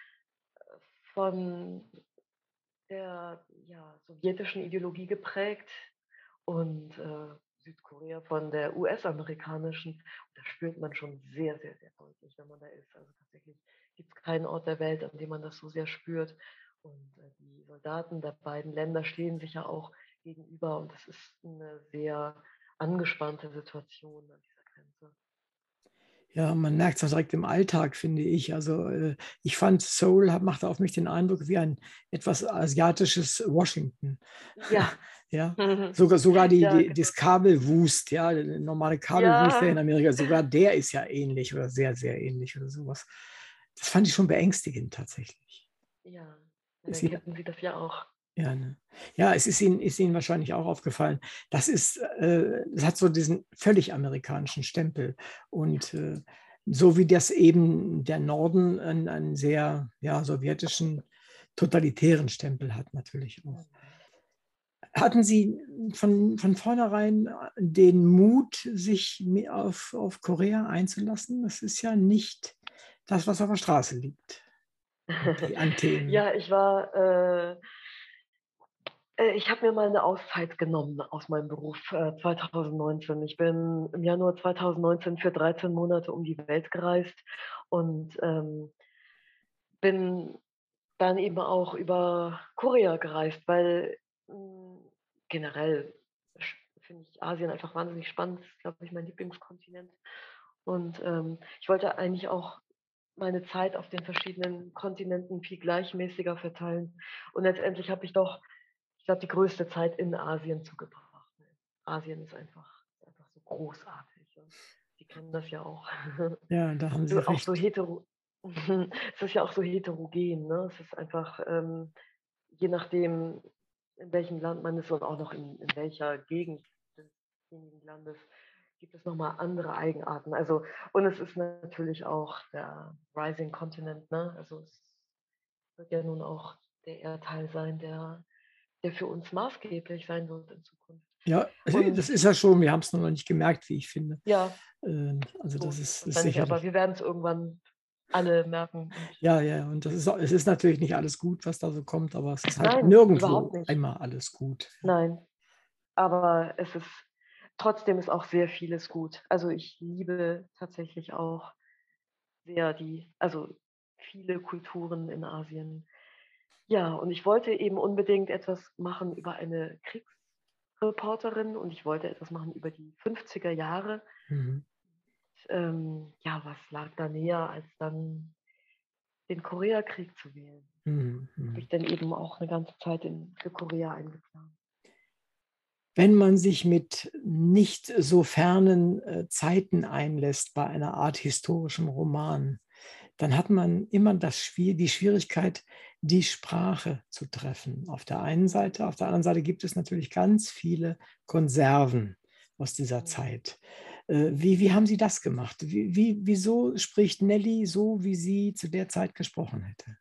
[SPEAKER 4] von der, ja, sowjetischen Ideologie geprägt und, äh, Südkorea von der U S-amerikanischen. Da spürt man schon sehr, sehr, sehr deutlich, wenn man da ist. Also tatsächlich gibt es keinen Ort der Welt, an dem man das so sehr spürt. Und, äh, die Soldaten der beiden Länder stehen sich ja auch gegenüber und das ist eine sehr angespannte Situation an dieser Grenze.
[SPEAKER 3] Ja, man merkt es auch direkt im Alltag, finde ich. Also äh, ich fand, Seoul hat, machte auf mich den Eindruck wie ein etwas asiatisches Washington.
[SPEAKER 4] Ja.
[SPEAKER 3] Ja, sogar, sogar die,
[SPEAKER 4] Ja,
[SPEAKER 3] die,
[SPEAKER 4] genau.
[SPEAKER 3] das Kabelwust, ja, der normale Kabelwust, der in
[SPEAKER 4] Ja,
[SPEAKER 3] Amerika, sogar der ist ja ähnlich oder sehr, sehr ähnlich oder sowas. Das fand ich schon beängstigend tatsächlich.
[SPEAKER 4] ja. Ja,
[SPEAKER 3] Ist
[SPEAKER 4] dann
[SPEAKER 3] Ihnen,
[SPEAKER 4] kennen Sie das ja auch.
[SPEAKER 3] ja, ne? Ja, es ist Ihnen, ist Ihnen wahrscheinlich auch aufgefallen. Das ist, äh, das hat so diesen völlig amerikanischen Stempel.
[SPEAKER 4] Ja.
[SPEAKER 3] Und äh, so wie das eben der Norden einen, einen sehr ja, sowjetischen, totalitären Stempel hat, natürlich auch.
[SPEAKER 4] Mhm.
[SPEAKER 3] Hatten Sie von, von vornherein den Mut, sich auf, auf Korea einzulassen? Das ist ja nicht das, was auf der Straße liegt, an, The- an Themen.
[SPEAKER 4] Ja, ich war, äh Äh, ich habe mir mal 'ne Auszeit genommen aus meinem Beruf, äh, zweitausendneunzehn. Ich bin im Januar zweitausendneunzehn für dreizehn Monate um die Welt gereist und, ähm, bin dann eben auch über Korea gereist, weil, hm, generell sch finde ich Asien einfach wahnsinnig spannend. Das ist, glaube ich, mein Lieblingskontinent. Und, ähm, ich wollte eigentlich auch meine Zeit auf den verschiedenen Kontinenten viel gleichmäßiger verteilen. Und letztendlich habe ich doch, ich glaube, die größte Zeit in Asien zugebracht. Asien ist einfach ist einfach so großartig, und Sie kennen das ja auch.
[SPEAKER 3] Ja, da haben Sie
[SPEAKER 4] So auch so
[SPEAKER 3] recht.
[SPEAKER 4] hetero es ist ja auch so heterogen, ne? Es ist einfach, ähm, je nachdem, in welchem Land man ist und auch noch in in welcher Gegend desjenigen Landes, gibt es noch mal andere Eigenarten. Also und es ist natürlich auch der Rising Continent, ne? Also, es wird ja nun auch der Erdteil sein, der der für uns maßgeblich sein wird in Zukunft.
[SPEAKER 3] Ja, das
[SPEAKER 4] Und
[SPEAKER 3] ist ja schon, wir haben es nur noch nicht gemerkt, wie ich finde.
[SPEAKER 4] ja,
[SPEAKER 3] Äh, Also
[SPEAKER 4] so
[SPEAKER 3] das
[SPEAKER 4] ist es
[SPEAKER 3] ist, ist
[SPEAKER 4] wahrscheinlich, aber
[SPEAKER 3] sicherlich.
[SPEAKER 4] wir werden es irgendwann alle merken und
[SPEAKER 3] Ja, ja, und das ist, auch- es ist natürlich nicht alles gut, was da so kommt, aber es ist halt
[SPEAKER 4] nein, überhaupt
[SPEAKER 3] nirgendwo
[SPEAKER 4] nicht.
[SPEAKER 3] einmal alles gut.
[SPEAKER 4] Nein, aber es ist trotzdem ist auch sehr vieles gut. Also, ich liebe tatsächlich auch sehr die also, viele Kulturen in Asien. Ja, und ich wollte eben unbedingt etwas machen über eine Kriegsreporterin und ich wollte etwas machen über die fünfziger Jahre.
[SPEAKER 3] Mhm.
[SPEAKER 4] Ähm, ja, was lag da näher, als dann den Koreakrieg zu wählen?
[SPEAKER 3] Mhm.
[SPEAKER 4] Habe
[SPEAKER 3] Mhm.
[SPEAKER 4] ich dann eben auch eine ganze Zeit in für Korea eingeplant.
[SPEAKER 3] Wenn man sich mit nicht so fernen äh, Zeiten einlässt bei einer Art historischem Roman, dann hat man immer das Schwier die Schwierigkeit, die Sprache zu treffen. Auf der einen Seite, auf der anderen Seite gibt es natürlich ganz viele Konserven aus dieser
[SPEAKER 4] Mhm.
[SPEAKER 3] Zeit. Äh, Wie, wie haben Sie das gemacht? Wie, wie, wieso spricht Nelly so, wie sie zu der Zeit gesprochen hätte?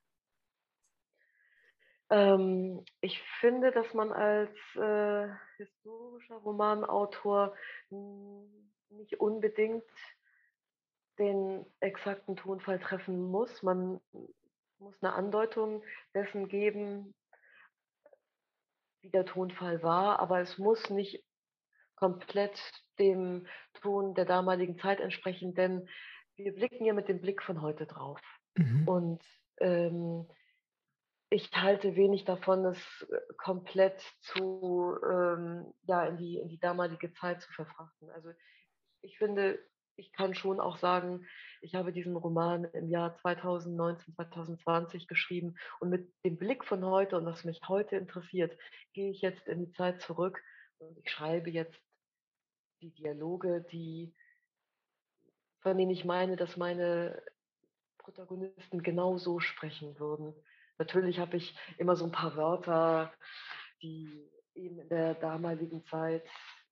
[SPEAKER 4] Ähm, ich finde, dass man als, äh, historischer Romanautor, hm, nicht unbedingt den exakten Tonfall treffen muss. Man muss eine Andeutung dessen geben, wie der Tonfall war, aber es muss nicht komplett dem Ton der damaligen Zeit entsprechen, denn wir blicken ja mit dem Blick von heute drauf.
[SPEAKER 3] Mhm.
[SPEAKER 4] Und, ähm, ich halte wenig davon, es äh, komplett zu, ähm, ja, in die in die damalige Zeit zu verfrachten. Also, ich finde, ich kann schon auch sagen, ich habe diesen Roman im Jahr zweitausendneunzehn, zweitausendzwanzig geschrieben und mit dem Blick von heute und was mich heute interessiert, gehe ich jetzt in die Zeit zurück und ich schreibe jetzt die Dialoge, die von denen ich meine, dass meine Protagonisten genau so sprechen würden. Natürlich habe ich immer so ein paar Wörter, die eben in der damaligen Zeit,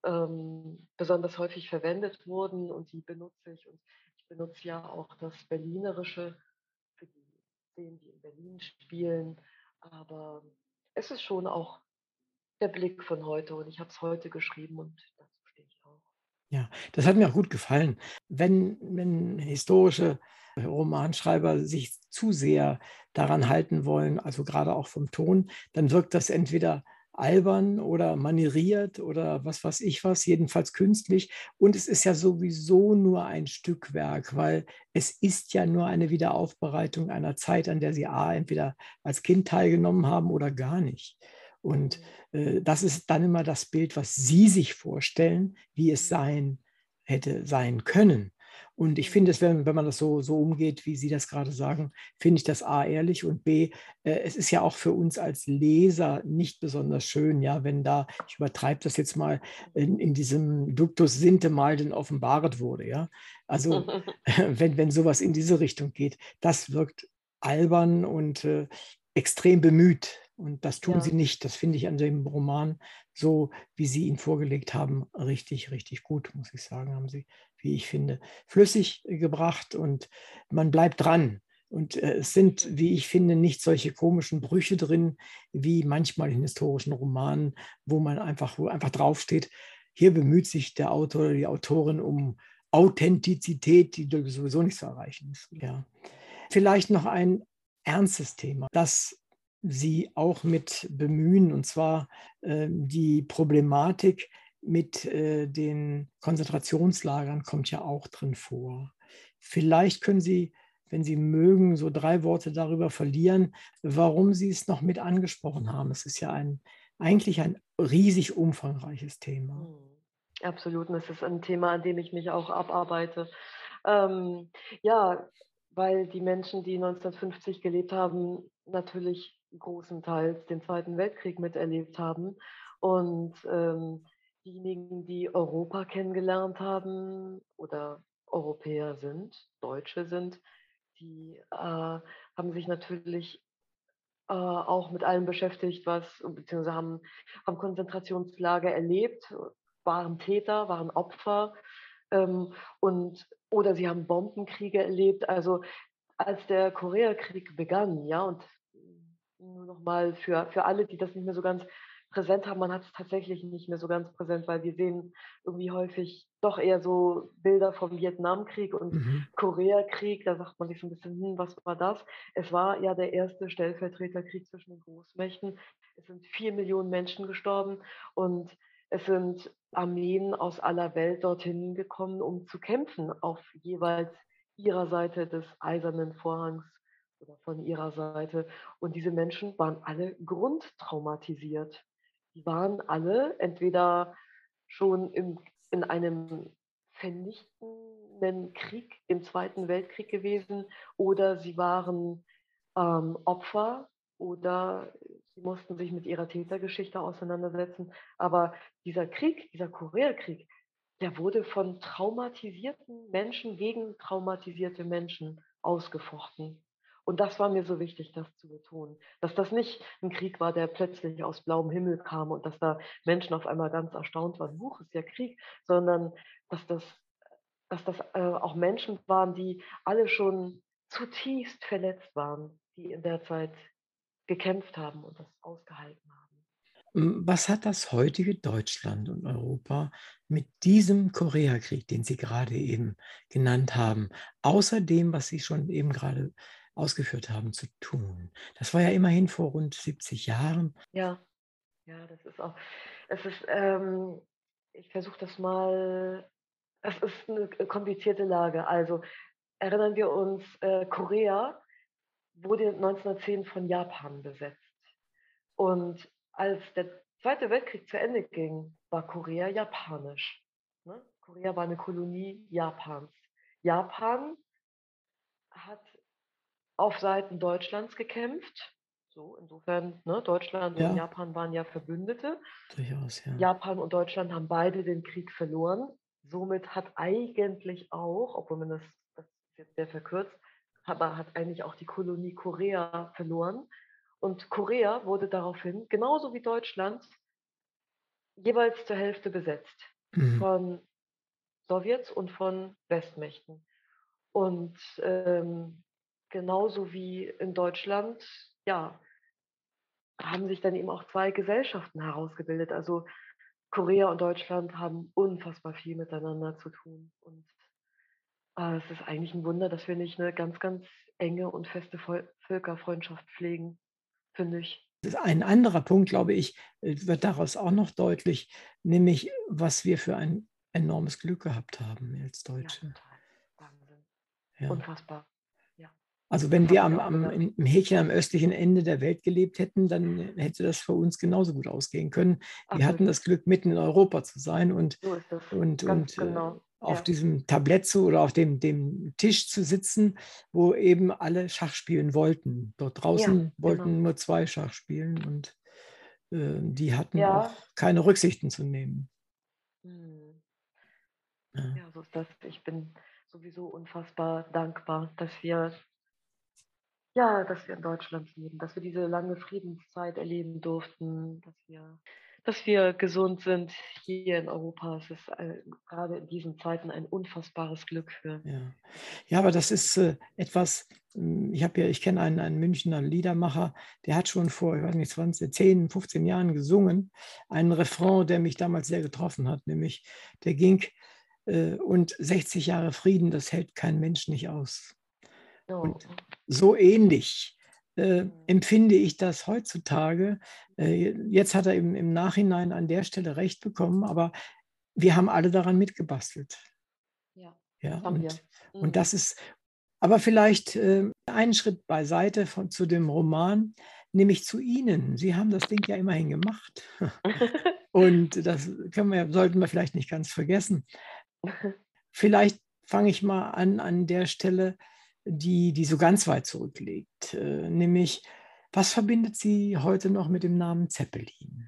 [SPEAKER 4] ähm, besonders häufig verwendet wurden und die benutze ich. Und ich benutze ja auch das Berlinerische für die Szenen, die in Berlin spielen. Aber es ist schon auch der Blick von heute und ich habe es heute geschrieben und dazu stehe ich auch.
[SPEAKER 3] Ja, das hat mir auch gut gefallen. Wenn wenn historische Romanschreiber sich zu sehr daran halten wollen, also gerade auch vom Ton, dann wirkt das entweder albern oder manieriert oder was weiß ich was, jedenfalls künstlich. Und es ist ja sowieso nur ein Stückwerk, weil es ist ja nur eine Wiederaufbereitung einer Zeit, an der Sie A entweder als Kind teilgenommen haben oder gar nicht. Und
[SPEAKER 4] Mhm.
[SPEAKER 3] äh, das ist dann immer das Bild, was Sie sich vorstellen, wie es
[SPEAKER 4] Mhm.
[SPEAKER 3] sein hätte sein können. Und ich
[SPEAKER 4] Mhm.
[SPEAKER 3] finde es, wenn, wenn man das so, so umgeht, wie Sie das gerade sagen, finde ich das A ehrlich und B, äh, es ist ja auch für uns als Leser nicht besonders schön, ja, wenn da, ich übertreibe das jetzt mal, in, in diesem Duktus Sinte Malden offenbaret wurde, ja. Also wenn, wenn sowas in diese Richtung geht, das wirkt albern und äh, extrem bemüht. Und das tun sie
[SPEAKER 4] Ja.
[SPEAKER 3] nicht. Das finde ich an dem Roman, so wie Sie ihn vorgelegt haben, richtig, richtig gut, muss ich sagen, haben Sie, wie ich finde, flüssig gebracht und man bleibt dran. Und äh, es sind,
[SPEAKER 4] Dankeschön.
[SPEAKER 3] wie ich finde, nicht solche komischen Brüche drin, wie manchmal in historischen Romanen, wo man einfach, wo einfach draufsteht, hier bemüht sich der Autor oder die Autorin um Authentizität, die sowieso nicht zu erreichen ist. Ja. Vielleicht noch ein ernstes Thema, das Sie auch mit bemühen, und zwar äh, die Problematik mit äh, den Konzentrationslagern kommt ja auch drin vor. Vielleicht können Sie, wenn Sie mögen, so drei Worte darüber verlieren, warum Sie es noch mit angesprochen haben. Es ist ja ein, eigentlich ein riesig umfangreiches Thema.
[SPEAKER 4] Mhm. Absolut, und das ist ein Thema, an dem ich mich auch abarbeite. Ähm, ja, weil die Menschen, die neunzehnhundertfünfzig gelebt haben, natürlich großenteils den Zweiten Weltkrieg miterlebt haben. Und ähm, diejenigen, die Europa kennengelernt haben oder Europäer sind, Deutsche sind, die äh, haben sich natürlich äh, auch mit allem beschäftigt, was beziehungsweise haben haben Konzentrationslager erlebt, waren Täter, waren Opfer, ähm, und oder sie haben Bombenkriege erlebt. Also, als der Koreakrieg begann, ja, und nur noch mal für für alle, die das nicht mehr so ganz präsent haben, man hat es tatsächlich nicht mehr so ganz präsent, weil wir sehen irgendwie häufig doch eher so Bilder vom Vietnamkrieg und
[SPEAKER 3] Mhm.
[SPEAKER 4] Koreakrieg. Da sagt man sich so 'n bisschen: „Hm, was war das?“ Es war ja der erste Stellvertreterkrieg zwischen den Großmächten. Es sind vier Millionen Menschen gestorben und es sind Armeen aus aller Welt dorthin gekommen, um zu kämpfen auf jeweils ihrer Seite des Eisernen Vorhangs oder von ihrer Seite. Und diese Menschen waren alle grundtraumatisiert. Die waren alle entweder schon im in einem vernichtenden Krieg, im Zweiten Weltkrieg gewesen, oder sie waren, ähm, Opfer oder sie mussten sich mit ihrer Tätergeschichte auseinandersetzen. Aber dieser Krieg, dieser Koreakrieg, der wurde von traumatisierten Menschen gegen traumatisierte Menschen ausgefochten. Und das war mir so wichtig, das zu betonen, dass das nicht 'n Krieg war, der plötzlich aus blauem Himmel kam und dass da Menschen auf einmal ganz erstaunt waren: „Huch, ist ja Krieg“, sondern dass das dass das, äh, auch Menschen waren, die alle schon zutiefst verletzt waren, die in der Zeit gekämpft haben und das ausgehalten haben.
[SPEAKER 3] Hm, was hat das heutige Deutschland und Europa mit diesem Koreakrieg, den Sie gerade eben genannt haben, außer dem, was Sie schon eben gerade ausgeführt haben, zu tun? Das war ja immerhin vor rund siebzig Jahren.
[SPEAKER 4] Ja, ja, das ist auch es ist, ähm ich versuche das mal es ist 'ne komplizierte Lage. Also, erinnern wir uns, äh, Korea wurde neunzehnhundertzehn von Japan besetzt. Und als der Zweite Weltkrieg zu Ende ging, war Korea japanisch. Ne? Korea war eine Kolonie Japans. Japan hat auf Seiten Deutschlands gekämpft. So, insofern, ne, Deutschland und
[SPEAKER 3] Ja,
[SPEAKER 4] Japan waren ja Verbündete.
[SPEAKER 3] durchaus, ja.
[SPEAKER 4] Japan und Deutschland haben beide den Krieg verloren. Somit hat eigentlich auch, obwohl man das, das ist jetzt sehr verkürzt, aber hat eigentlich auch die Kolonie Korea verloren. Und Korea wurde daraufhin, genauso wie Deutschland, jeweils zur Hälfte besetzt
[SPEAKER 3] Mhm.
[SPEAKER 4] von Sowjets und von Westmächten. Und ähm, genauso wie in Deutschland, ja, haben sich dann eben auch zwei Gesellschaften herausgebildet. Also Korea und Deutschland haben unfassbar viel miteinander zu tun. Und äh, es ist eigentlich ein Wunder, dass wir nicht eine ganz, ganz enge und feste Vol Völkerfreundschaft pflegen, finde ich.
[SPEAKER 3] Ein anderer Punkt, glaube ich, wird daraus auch noch deutlich, nämlich was wir für ein enormes Glück gehabt haben als
[SPEAKER 4] Ja,
[SPEAKER 3] Deutsche.
[SPEAKER 4] total. Wahnsinn.
[SPEAKER 3] Ja.
[SPEAKER 4] Unfassbar. Ja.
[SPEAKER 3] Also
[SPEAKER 4] Das
[SPEAKER 3] wenn
[SPEAKER 4] habe
[SPEAKER 3] wir
[SPEAKER 4] ich
[SPEAKER 3] am,
[SPEAKER 4] auch
[SPEAKER 3] am,
[SPEAKER 4] gedacht.
[SPEAKER 3] im Häkchen am östlichen Ende der Welt gelebt hätten, dann hätte das für uns genauso gut ausgehen können. Wir hatten
[SPEAKER 4] Absolut.
[SPEAKER 3] das Glück, mitten in Europa zu sein und,
[SPEAKER 4] So ist es.
[SPEAKER 3] und,
[SPEAKER 4] Ganz
[SPEAKER 3] und äh,
[SPEAKER 4] genau.
[SPEAKER 3] auf
[SPEAKER 4] Ja.
[SPEAKER 3] diesem Tablett zu oder auf dem, dem Tisch zu sitzen, wo eben alle Schach spielen wollten. Dort draußen
[SPEAKER 4] Ja,
[SPEAKER 3] wollten
[SPEAKER 4] genau.
[SPEAKER 3] nur zwei Schach spielen und äh, die hatten
[SPEAKER 4] Ja.
[SPEAKER 3] auch keine Rücksichten zu nehmen.
[SPEAKER 4] Hm.
[SPEAKER 3] Ja.
[SPEAKER 4] Ja, so ist das. Ich bin sowieso unfassbar dankbar, dass wir, ja, dass wir in Deutschland leben, dass wir diese lange Friedenszeit erleben durften, dass wir, dass wir gesund sind hier in Europa. Es ist äh, gerade in diesen Zeiten ein unfassbares Glück für.
[SPEAKER 3] Ja. Ja, aber das ist äh, etwas, ähm, ich habe ja, ich kenne einen, einen Münchner Liedermacher, der hat schon vor, ich weiß nicht, zwanzig, zehn, fünfzehn Jahren gesungen, einen Refrain, der mich damals sehr getroffen hat, nämlich der ging, äh, und sechzig Jahre Frieden, das hält kein Mensch nicht aus.
[SPEAKER 4] Oh.
[SPEAKER 3] Und so ähnlich äh,
[SPEAKER 4] Hm.
[SPEAKER 3] empfinde ich das heutzutage. Äh, jetzt hat er im, im Nachhinein an der Stelle recht bekommen, aber wir haben alle daran mitgebastelt.
[SPEAKER 4] Ja,
[SPEAKER 3] Ja,
[SPEAKER 4] haben wir.
[SPEAKER 3] und,
[SPEAKER 4] Mhm.
[SPEAKER 3] und das ist, aber vielleicht äh, einen Schritt beiseite von, zu dem Roman, nämlich zu Ihnen. Sie haben das Ding ja immerhin gemacht. Und das können wir, sollten wir vielleicht nicht ganz vergessen. Vielleicht fange ich mal an an der Stelle, die, die so ganz weit zurückliegt. Äh, nämlich, was verbindet Sie heute noch mit dem Namen Zeppelin?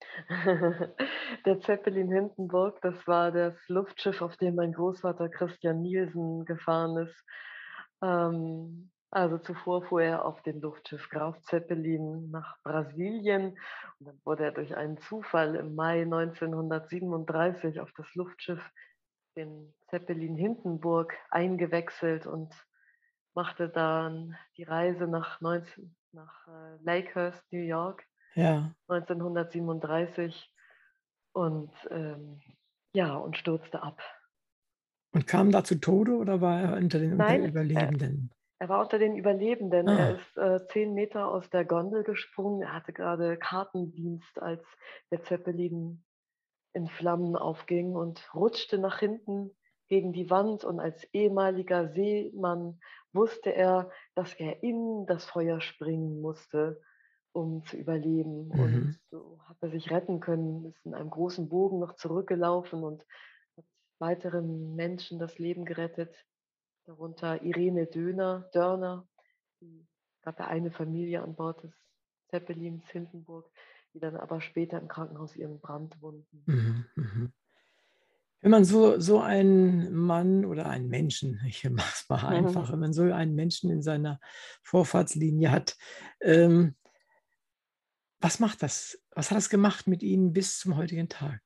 [SPEAKER 4] Der Zeppelin Hindenburg, das war das Luftschiff, auf dem mein Großvater Christian Nielsen gefahren ist. Ähm, also zuvor fuhr er auf dem Luftschiff Graf Zeppelin nach Brasilien und dann wurde er durch einen Zufall im Mai neunzehnhundertsiebenunddreißig auf das Luftschiff, den Zeppelin Hindenburg, eingewechselt und machte dann die Reise nach, neunzehn, nach äh, Lakehurst, New York,
[SPEAKER 3] Ja,
[SPEAKER 4] neunzehnhundertsiebenunddreißig und ähm, ja, und stürzte ab.
[SPEAKER 3] und kam da zu Tode oder war er unter den unter
[SPEAKER 4] Nein, er,
[SPEAKER 3] Überlebenden?
[SPEAKER 4] er war unter den Überlebenden. Er
[SPEAKER 3] Ah,
[SPEAKER 4] ist äh, zehn Meter aus der Gondel gesprungen. Er hatte gerade Kartendienst, als der Zeppelin in Flammen aufging und rutschte nach hinten gegen die Wand. Und als ehemaliger Seemann wusste er, dass er in das Feuer springen musste, um zu überleben. Und
[SPEAKER 3] mhm.
[SPEAKER 4] so hat er sich retten können, ist in einem großen Bogen noch zurückgelaufen und hat weiteren Menschen das Leben gerettet, darunter Irene Döner, Dörner. Die gab ja eine Familie an Bord des Zeppelins Hindenburg, die dann aber später im Krankenhaus ihren Brandwunden.
[SPEAKER 3] Mhm, mhm. Wenn man so, so einen Mann oder einen Menschen, ich mache es mal einfach, wenn man so einen Menschen in seiner Vorfahrtslinie hat, ähm, was macht das? Was hat das gemacht mit Ihnen bis zum heutigen Tag?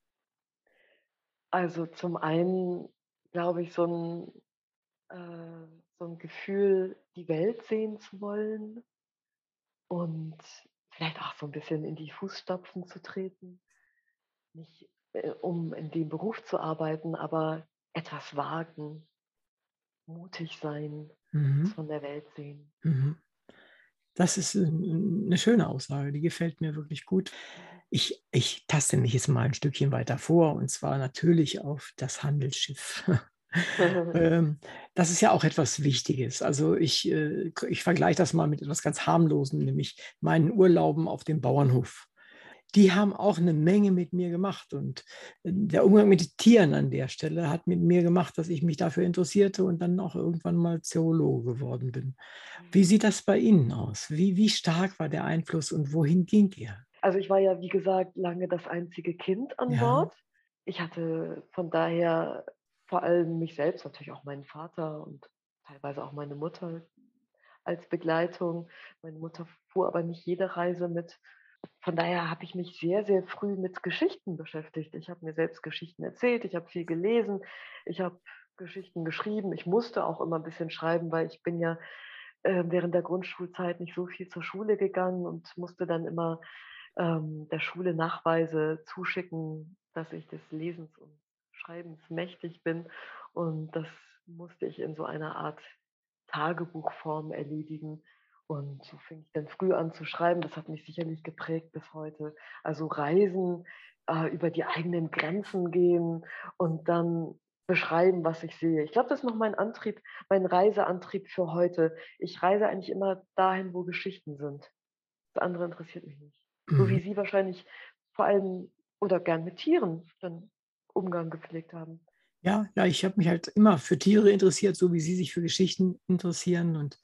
[SPEAKER 4] Also zum einen glaube ich, so ein, äh, so ein Gefühl, die Welt sehen zu wollen und vielleicht auch so ein bisschen in die Fußstapfen zu treten. Nicht, äh, um in dem Beruf zu arbeiten, aber etwas wagen, mutig sein, was
[SPEAKER 3] Mhm,
[SPEAKER 4] von der Welt sehen.
[SPEAKER 3] mhm. Das ist eine schöne Aussage, die gefällt mir wirklich gut.
[SPEAKER 4] Mhm.
[SPEAKER 3] Ich, ich taste mich jetzt mal ein Stückchen weiter vor, und zwar natürlich auf das Handelsschiff. Ähm, das ist ja auch etwas Wichtiges. Also ich, äh, ich vergleiche das mal mit etwas ganz Harmlosem, nämlich meinen Urlauben auf dem Bauernhof. Die haben auch eine Menge mit mir gemacht. Und äh, der Umgang mit den Tieren an der Stelle hat mit mir gemacht, dass ich mich dafür interessierte und dann auch irgendwann mal Zoologe geworden bin. Wie sieht das bei Ihnen aus? Wie, wie stark war der Einfluss und wohin ging er?
[SPEAKER 4] Also, ich war ja, wie gesagt, lange das einzige Kind an
[SPEAKER 3] Ja,
[SPEAKER 4] Bord. Ich hatte von daher vor allem mich selbst, natürlich auch meinen Vater und teilweise auch meine Mutter als Begleitung. Meine Mutter fuhr aber nicht jede Reise mit. Von daher habe ich mich sehr, sehr früh mit Geschichten beschäftigt. Ich habe mir selbst Geschichten erzählt, ich habe viel gelesen, ich habe Geschichten geschrieben. Ich musste auch immer ein bisschen schreiben, weil ich bin ja, äh, während der Grundschulzeit nicht so viel zur Schule gegangen und musste dann immer, ähm, der Schule Nachweise zuschicken, dass ich des Lesens und Schreibens mächtig bin. Und das musste ich in so einer Art Tagebuchform erledigen. Und so fing ich dann früh an zu schreiben. Das hat mich sicherlich geprägt bis heute. Also Reisen, äh, über die eigenen Grenzen gehen und dann beschreiben, was ich sehe. Ich glaube, das ist noch mein Antrieb, mein Reiseantrieb für heute. Ich reise eigentlich immer dahin, wo Geschichten sind. Das andere interessiert mich nicht. So
[SPEAKER 3] mhm.
[SPEAKER 4] wie Sie wahrscheinlich vor allem oder gern mit Tieren dann Umgang gepflegt haben.
[SPEAKER 3] Ja, ja, ich habe mich halt immer für Tiere interessiert, so wie Sie sich für Geschichten interessieren. Und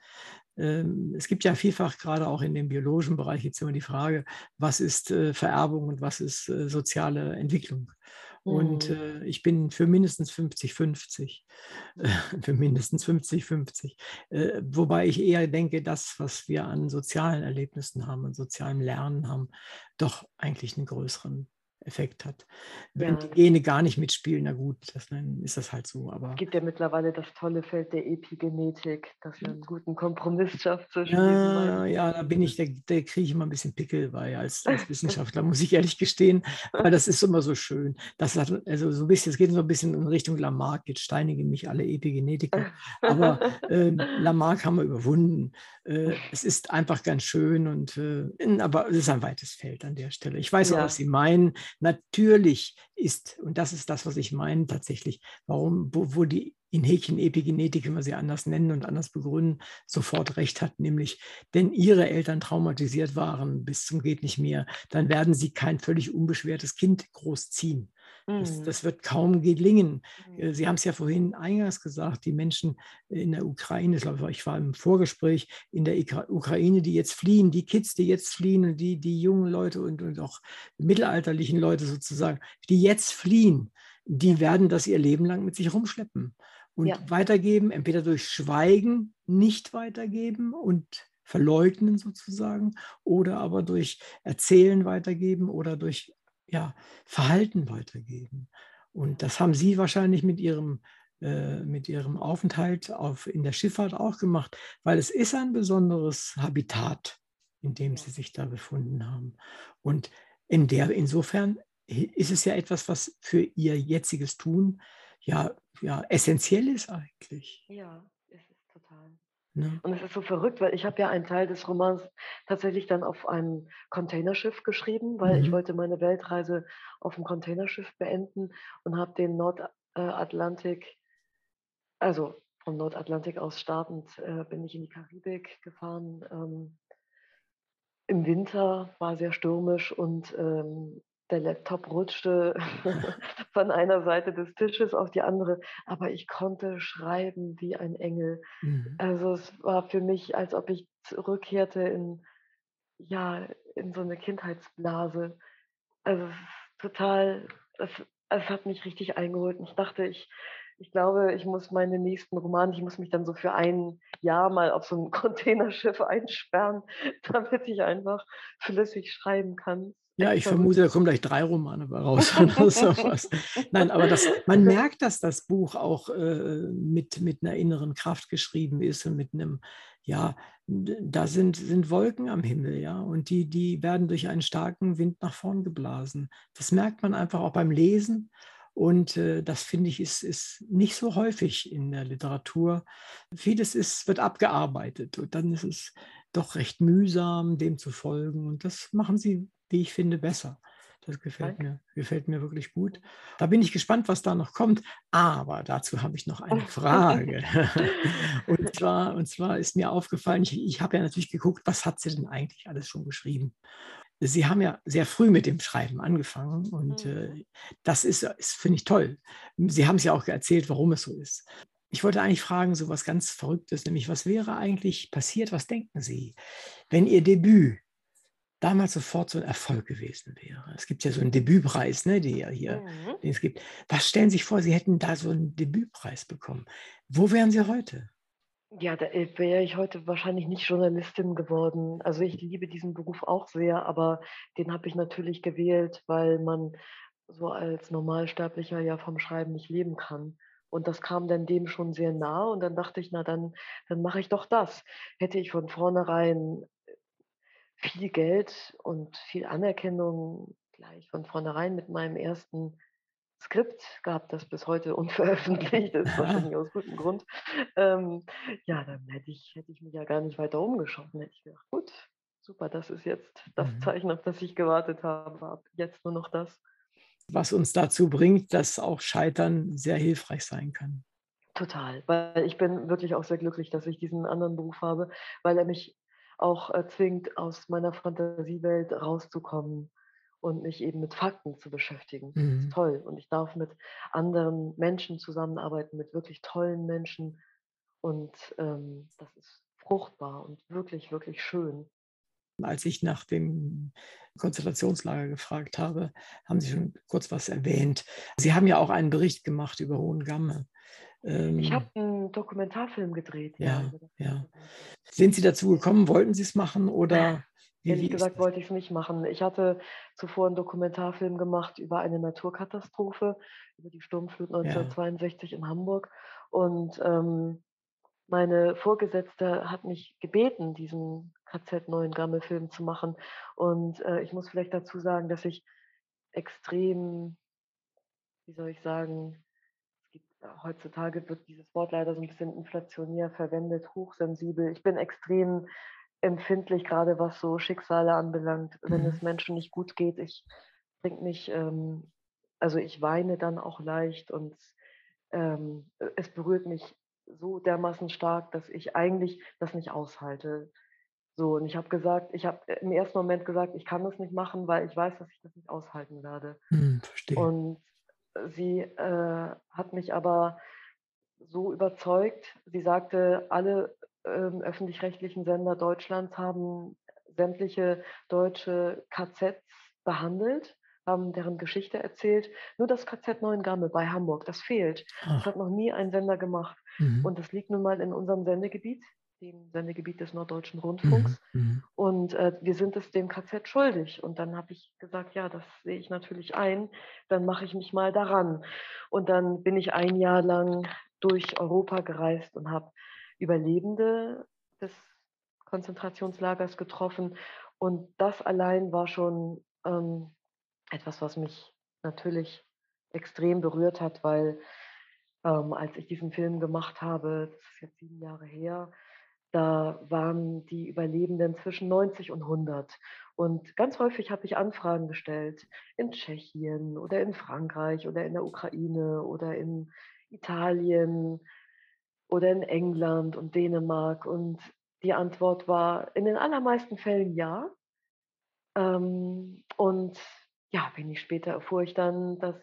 [SPEAKER 3] ähm, es gibt ja vielfach, gerade auch in dem biologischen Bereich, jetzt immer die Frage, was ist äh, Vererbung und was ist äh, soziale Entwicklung? Und
[SPEAKER 4] Mhm.
[SPEAKER 3] äh, ich bin für mindestens fünfzig fünfzig, äh,
[SPEAKER 4] Mhm.
[SPEAKER 3] für mindestens fünfzig fünfzig. Äh, wobei ich eher denke, das, was wir an sozialen Erlebnissen haben, an sozialem Lernen haben, doch eigentlich einen größeren Effekt hat. Wenn die
[SPEAKER 4] Ja,
[SPEAKER 3] Gene gar nicht mitspielen, na gut, das, dann ist das halt so.
[SPEAKER 4] es
[SPEAKER 3] Aber
[SPEAKER 4] gibt ja mittlerweile das tolle Feld der Epigenetik, das ja 'n guten Kompromiss schafft zwischen diesen
[SPEAKER 3] ja,
[SPEAKER 4] beiden
[SPEAKER 3] ja, da bin
[SPEAKER 4] Gebieten.
[SPEAKER 3] ich, da, da kriege ich immer ein bisschen Pickel bei als, als Wissenschaftler, muss ich ehrlich gestehen, weil das ist immer so schön. Das hat, also so ein bisschen, es geht so ein bisschen in Richtung Lamarck, jetzt steinigen mich alle Epigenetiker, aber äh, Lamarck haben wir überwunden. Äh, es ist einfach ganz schön und äh, aber es ist ein weites Feld an der Stelle. Ich weiß auch, was
[SPEAKER 4] Ja,
[SPEAKER 3] Sie meinen. Natürlich ist, und das ist das, was ich meine tatsächlich, warum, wo, wo die in Häkchen Epigenetik, wenn wir sie anders nennen und anders begründen, sofort recht hat, nämlich, wenn ihre Eltern traumatisiert waren bis zum geht nicht mehr, dann werden sie kein völlig unbeschwertes Kind großziehen. Das,
[SPEAKER 4] mhm,
[SPEAKER 3] das wird kaum gelingen.
[SPEAKER 4] mhm,
[SPEAKER 3] Äh, Sie haben es ja vorhin eingangs gesagt, die Menschen in der Ukraine, ich glaube, ich war im Vorgespräch, in der Ukraine, die jetzt fliehen, die Kids, die jetzt fliehen und die, die jungen Leute und, und auch mittelalterlichen Leute sozusagen, die jetzt fliehen, die
[SPEAKER 4] ja,
[SPEAKER 3] werden das ihr Leben lang mit sich rumschleppen
[SPEAKER 4] ja,
[SPEAKER 3] und weitergeben, entweder durch Schweigen, nicht weitergeben und verleugnen sozusagen, oder aber durch Erzählen weitergeben oder durch ja, Verhalten weitergeben. Und
[SPEAKER 4] ja,
[SPEAKER 3] das haben Sie wahrscheinlich mit Ihrem, äh, mit Ihrem Aufenthalt auf, in der Schifffahrt auch gemacht, weil es ist ein besonderes Habitat, in dem
[SPEAKER 4] ja.
[SPEAKER 3] Sie sich da befunden haben. Und in der, insofern ist es ja etwas, was für Ihr jetziges Tun ja, ja essentiell ist eigentlich.
[SPEAKER 4] Ja, ist es total.
[SPEAKER 3] Ne?
[SPEAKER 4] Und es ist so verrückt, weil ich habe ja einen Teil des Romans tatsächlich dann auf einem Containerschiff geschrieben, weil ich
[SPEAKER 3] Mhm.
[SPEAKER 4] wollte meine Weltreise auf dem Containerschiff beenden und habe den Nordatlantik, also vom Nordatlantik aus startend, äh, bin ich in die Karibik gefahren. Ähm, im Winter war sehr stürmisch und, ähm, der Laptop rutschte von einer Seite des Tisches auf die andere, aber ich konnte schreiben wie ein Engel.
[SPEAKER 3] Mhm.
[SPEAKER 4] Also, es war für mich, als ob ich zurückkehrte in ja, in so 'ne Kindheitsblase. Also, es ist total, es es hat mich richtig eingeholt und ich dachte, ich ich glaube, ich muss meine nächsten Romane, ich muss mich dann so für ein Jahr mal auf so 'n Containerschiff einsperren, damit ich einfach flüssig schreiben kann.
[SPEAKER 3] Ja,
[SPEAKER 4] Echt
[SPEAKER 3] ich
[SPEAKER 4] verrückt.
[SPEAKER 3] vermute, da kommen gleich drei Romane bei raus oder sowas. Nein, aber das, man merkt, dass das Buch auch äh, mit, mit einer inneren Kraft geschrieben ist und mit einem, ja, da sind, sind Wolken am Himmel, ja, und die, die werden durch einen starken Wind nach vorn geblasen. Das merkt man einfach auch beim Lesen. Und äh, das finde ich, ist, ist nicht so häufig in der Literatur. Vieles ist, wird abgearbeitet und dann ist es doch recht mühsam, dem zu folgen. Und das machen sie, wie ich finde, besser. Das gefällt
[SPEAKER 4] Danke.
[SPEAKER 3] mir, gefällt mir wirklich gut. Da bin ich gespannt, was da noch kommt. Aber dazu habe ich noch eine Frage. Und zwar, und zwar ist mir aufgefallen, ich, ich habe ja natürlich geguckt, was hat sie denn eigentlich alles schon geschrieben? Sie haben ja sehr früh mit dem Schreiben angefangen und
[SPEAKER 4] Mhm.
[SPEAKER 3] äh, das ist, ist finde ich toll. Sie haben es ja auch erzählt, warum es so ist. Ich wollte eigentlich fragen, so was ganz Verrücktes, nämlich was wäre eigentlich passiert, was denken Sie, wenn Ihr Debüt damals sofort so ein Erfolg gewesen wäre? Es gibt ja so einen Debütpreis, ne, die ja hier,
[SPEAKER 4] Mhm.
[SPEAKER 3] den es gibt. Was stellen Sie sich vor, Sie hätten da so einen Debütpreis bekommen? Wo wären Sie heute?
[SPEAKER 4] Ja, da äh, wäre ich heute wahrscheinlich nicht Journalistin geworden. Also ich liebe diesen Beruf auch sehr, aber den habe ich natürlich gewählt, weil man so als Normalsterblicher ja vom Schreiben nicht leben kann. Und das kam dann dem schon sehr nah und dann dachte ich: „Na, dann dann mache ich doch das.“ Hätte ich von vornherein viel Geld und viel Anerkennung gleich von vornherein mit meinem ersten Skript gehabt, das bis heute unveröffentlicht ist, wahrscheinlich aus gutem Grund. Ähm, ja, dann hätte ich hätte ich mich ja gar nicht weiter umgeschaut. Dann hätte ich gedacht: „Gut, super, das ist jetzt das
[SPEAKER 3] Mhm.
[SPEAKER 4] Zeichen, auf das ich gewartet habe. Ab jetzt nur noch das.“
[SPEAKER 3] Was uns dazu bringt, dass auch Scheitern sehr hilfreich sein kann.
[SPEAKER 4] Total, weil ich bin wirklich auch sehr glücklich, dass ich diesen anderen Beruf habe, weil er mich auch, äh, zwingt, aus meiner Fantasiewelt rauszukommen und mich eben mit Fakten zu beschäftigen. Das ist
[SPEAKER 3] Mhm.
[SPEAKER 4] toll und ich darf mit anderen Menschen zusammenarbeiten, mit wirklich tollen Menschen und, ähm, das ist fruchtbar und wirklich, wirklich schön.
[SPEAKER 3] Als ich nach dem Konzentrationslager gefragt habe, haben Sie schon kurz was erwähnt. Sie haben ja auch einen Bericht gemacht über Hohengamme.
[SPEAKER 4] Ich habe
[SPEAKER 3] Ähm,
[SPEAKER 4] 'n Dokumentarfilm gedreht, ja,
[SPEAKER 3] ja,
[SPEAKER 4] über das
[SPEAKER 3] ja.
[SPEAKER 4] Konzentrations
[SPEAKER 3] Sind Sie dazu
[SPEAKER 4] ja.
[SPEAKER 3] gekommen? Wollten Sie es machen oder wie,
[SPEAKER 4] Ehrlich
[SPEAKER 3] wie ist
[SPEAKER 4] gesagt
[SPEAKER 3] das?
[SPEAKER 4] wollte ich's nicht machen. Ich hatte zuvor 'n Dokumentarfilm gemacht über eine Naturkatastrophe, über die Sturmflut
[SPEAKER 3] Ja,
[SPEAKER 4] neunzehnhundertzweiundsechzig in Hamburg und, ähm, meine Vorgesetzte hat mich gebeten, diesen K Z Neuengamme-Film zu machen und, äh, ich muss vielleicht dazu sagen, dass ich extrem, wie soll ich sagen, es gibt äh, heutzutage wird dieses Wort leider so 'n bisschen inflationär verwendet, hochsensibel. Ich bin extrem empfindlich, grade was so Schicksale anbelangt, wenn
[SPEAKER 3] mhm.
[SPEAKER 4] es Menschen nicht gut geht. Ich bringt mich, ähm also, ich weine dann auch leicht und, ähm, äh, es berührt mich so dermaßen stark, dass ich eigentlich das nicht aushalte. So, und ich habe gesagt ich habe im ersten Moment gesagt: „Ich kann das nicht machen, weil ich weiß, dass ich das nicht aushalten werde.“
[SPEAKER 3] Mhm, verstehe.
[SPEAKER 4] Und sie, äh, hat mich aber so überzeugt. Sie sagte, alle, ähm, öffentlich-rechtlichen Sender Deutschlands haben sämtliche deutsche K Zs behandelt, haben deren Geschichte erzählt. Nur das K Z Neuengamme bei Hamburg, das fehlt. Das
[SPEAKER 3] Ach,
[SPEAKER 4] hat noch nie ein Sender gemacht.
[SPEAKER 3] mhm,
[SPEAKER 4] Und das liegt nun mal in unserem Sendegebiet, dem Sendegebiet des Norddeutschen
[SPEAKER 3] mhm,
[SPEAKER 4] Rundfunks.
[SPEAKER 3] mhm.
[SPEAKER 4] Und, äh, wir sind es dem K Z schuldig. Und dann habe ich gesagt: „Ja, das sehe ich natürlich ein, dann mache ich mich mal daran.“ Und dann bin ich ein Jahr lang durch Europa gereist und habe Überlebende des Konzentrationslagers getroffen. Und das allein war schon, ähm, etwas, was mich natürlich extrem berührt hat, weil, ähm, als ich diesen Film gemacht habe, das ist jetzt sieben Jahre her, da waren die Überlebenden zwischen neunzig und hundert. Und ganz häufig habe ich Anfragen gestellt in Tschechien oder in Frankreich oder in der Ukraine oder in Italien oder in England und Dänemark. Und die Antwort war in den allermeisten Fällen ja. Ähm, und ja, wenig später erfuhr ich dann, dass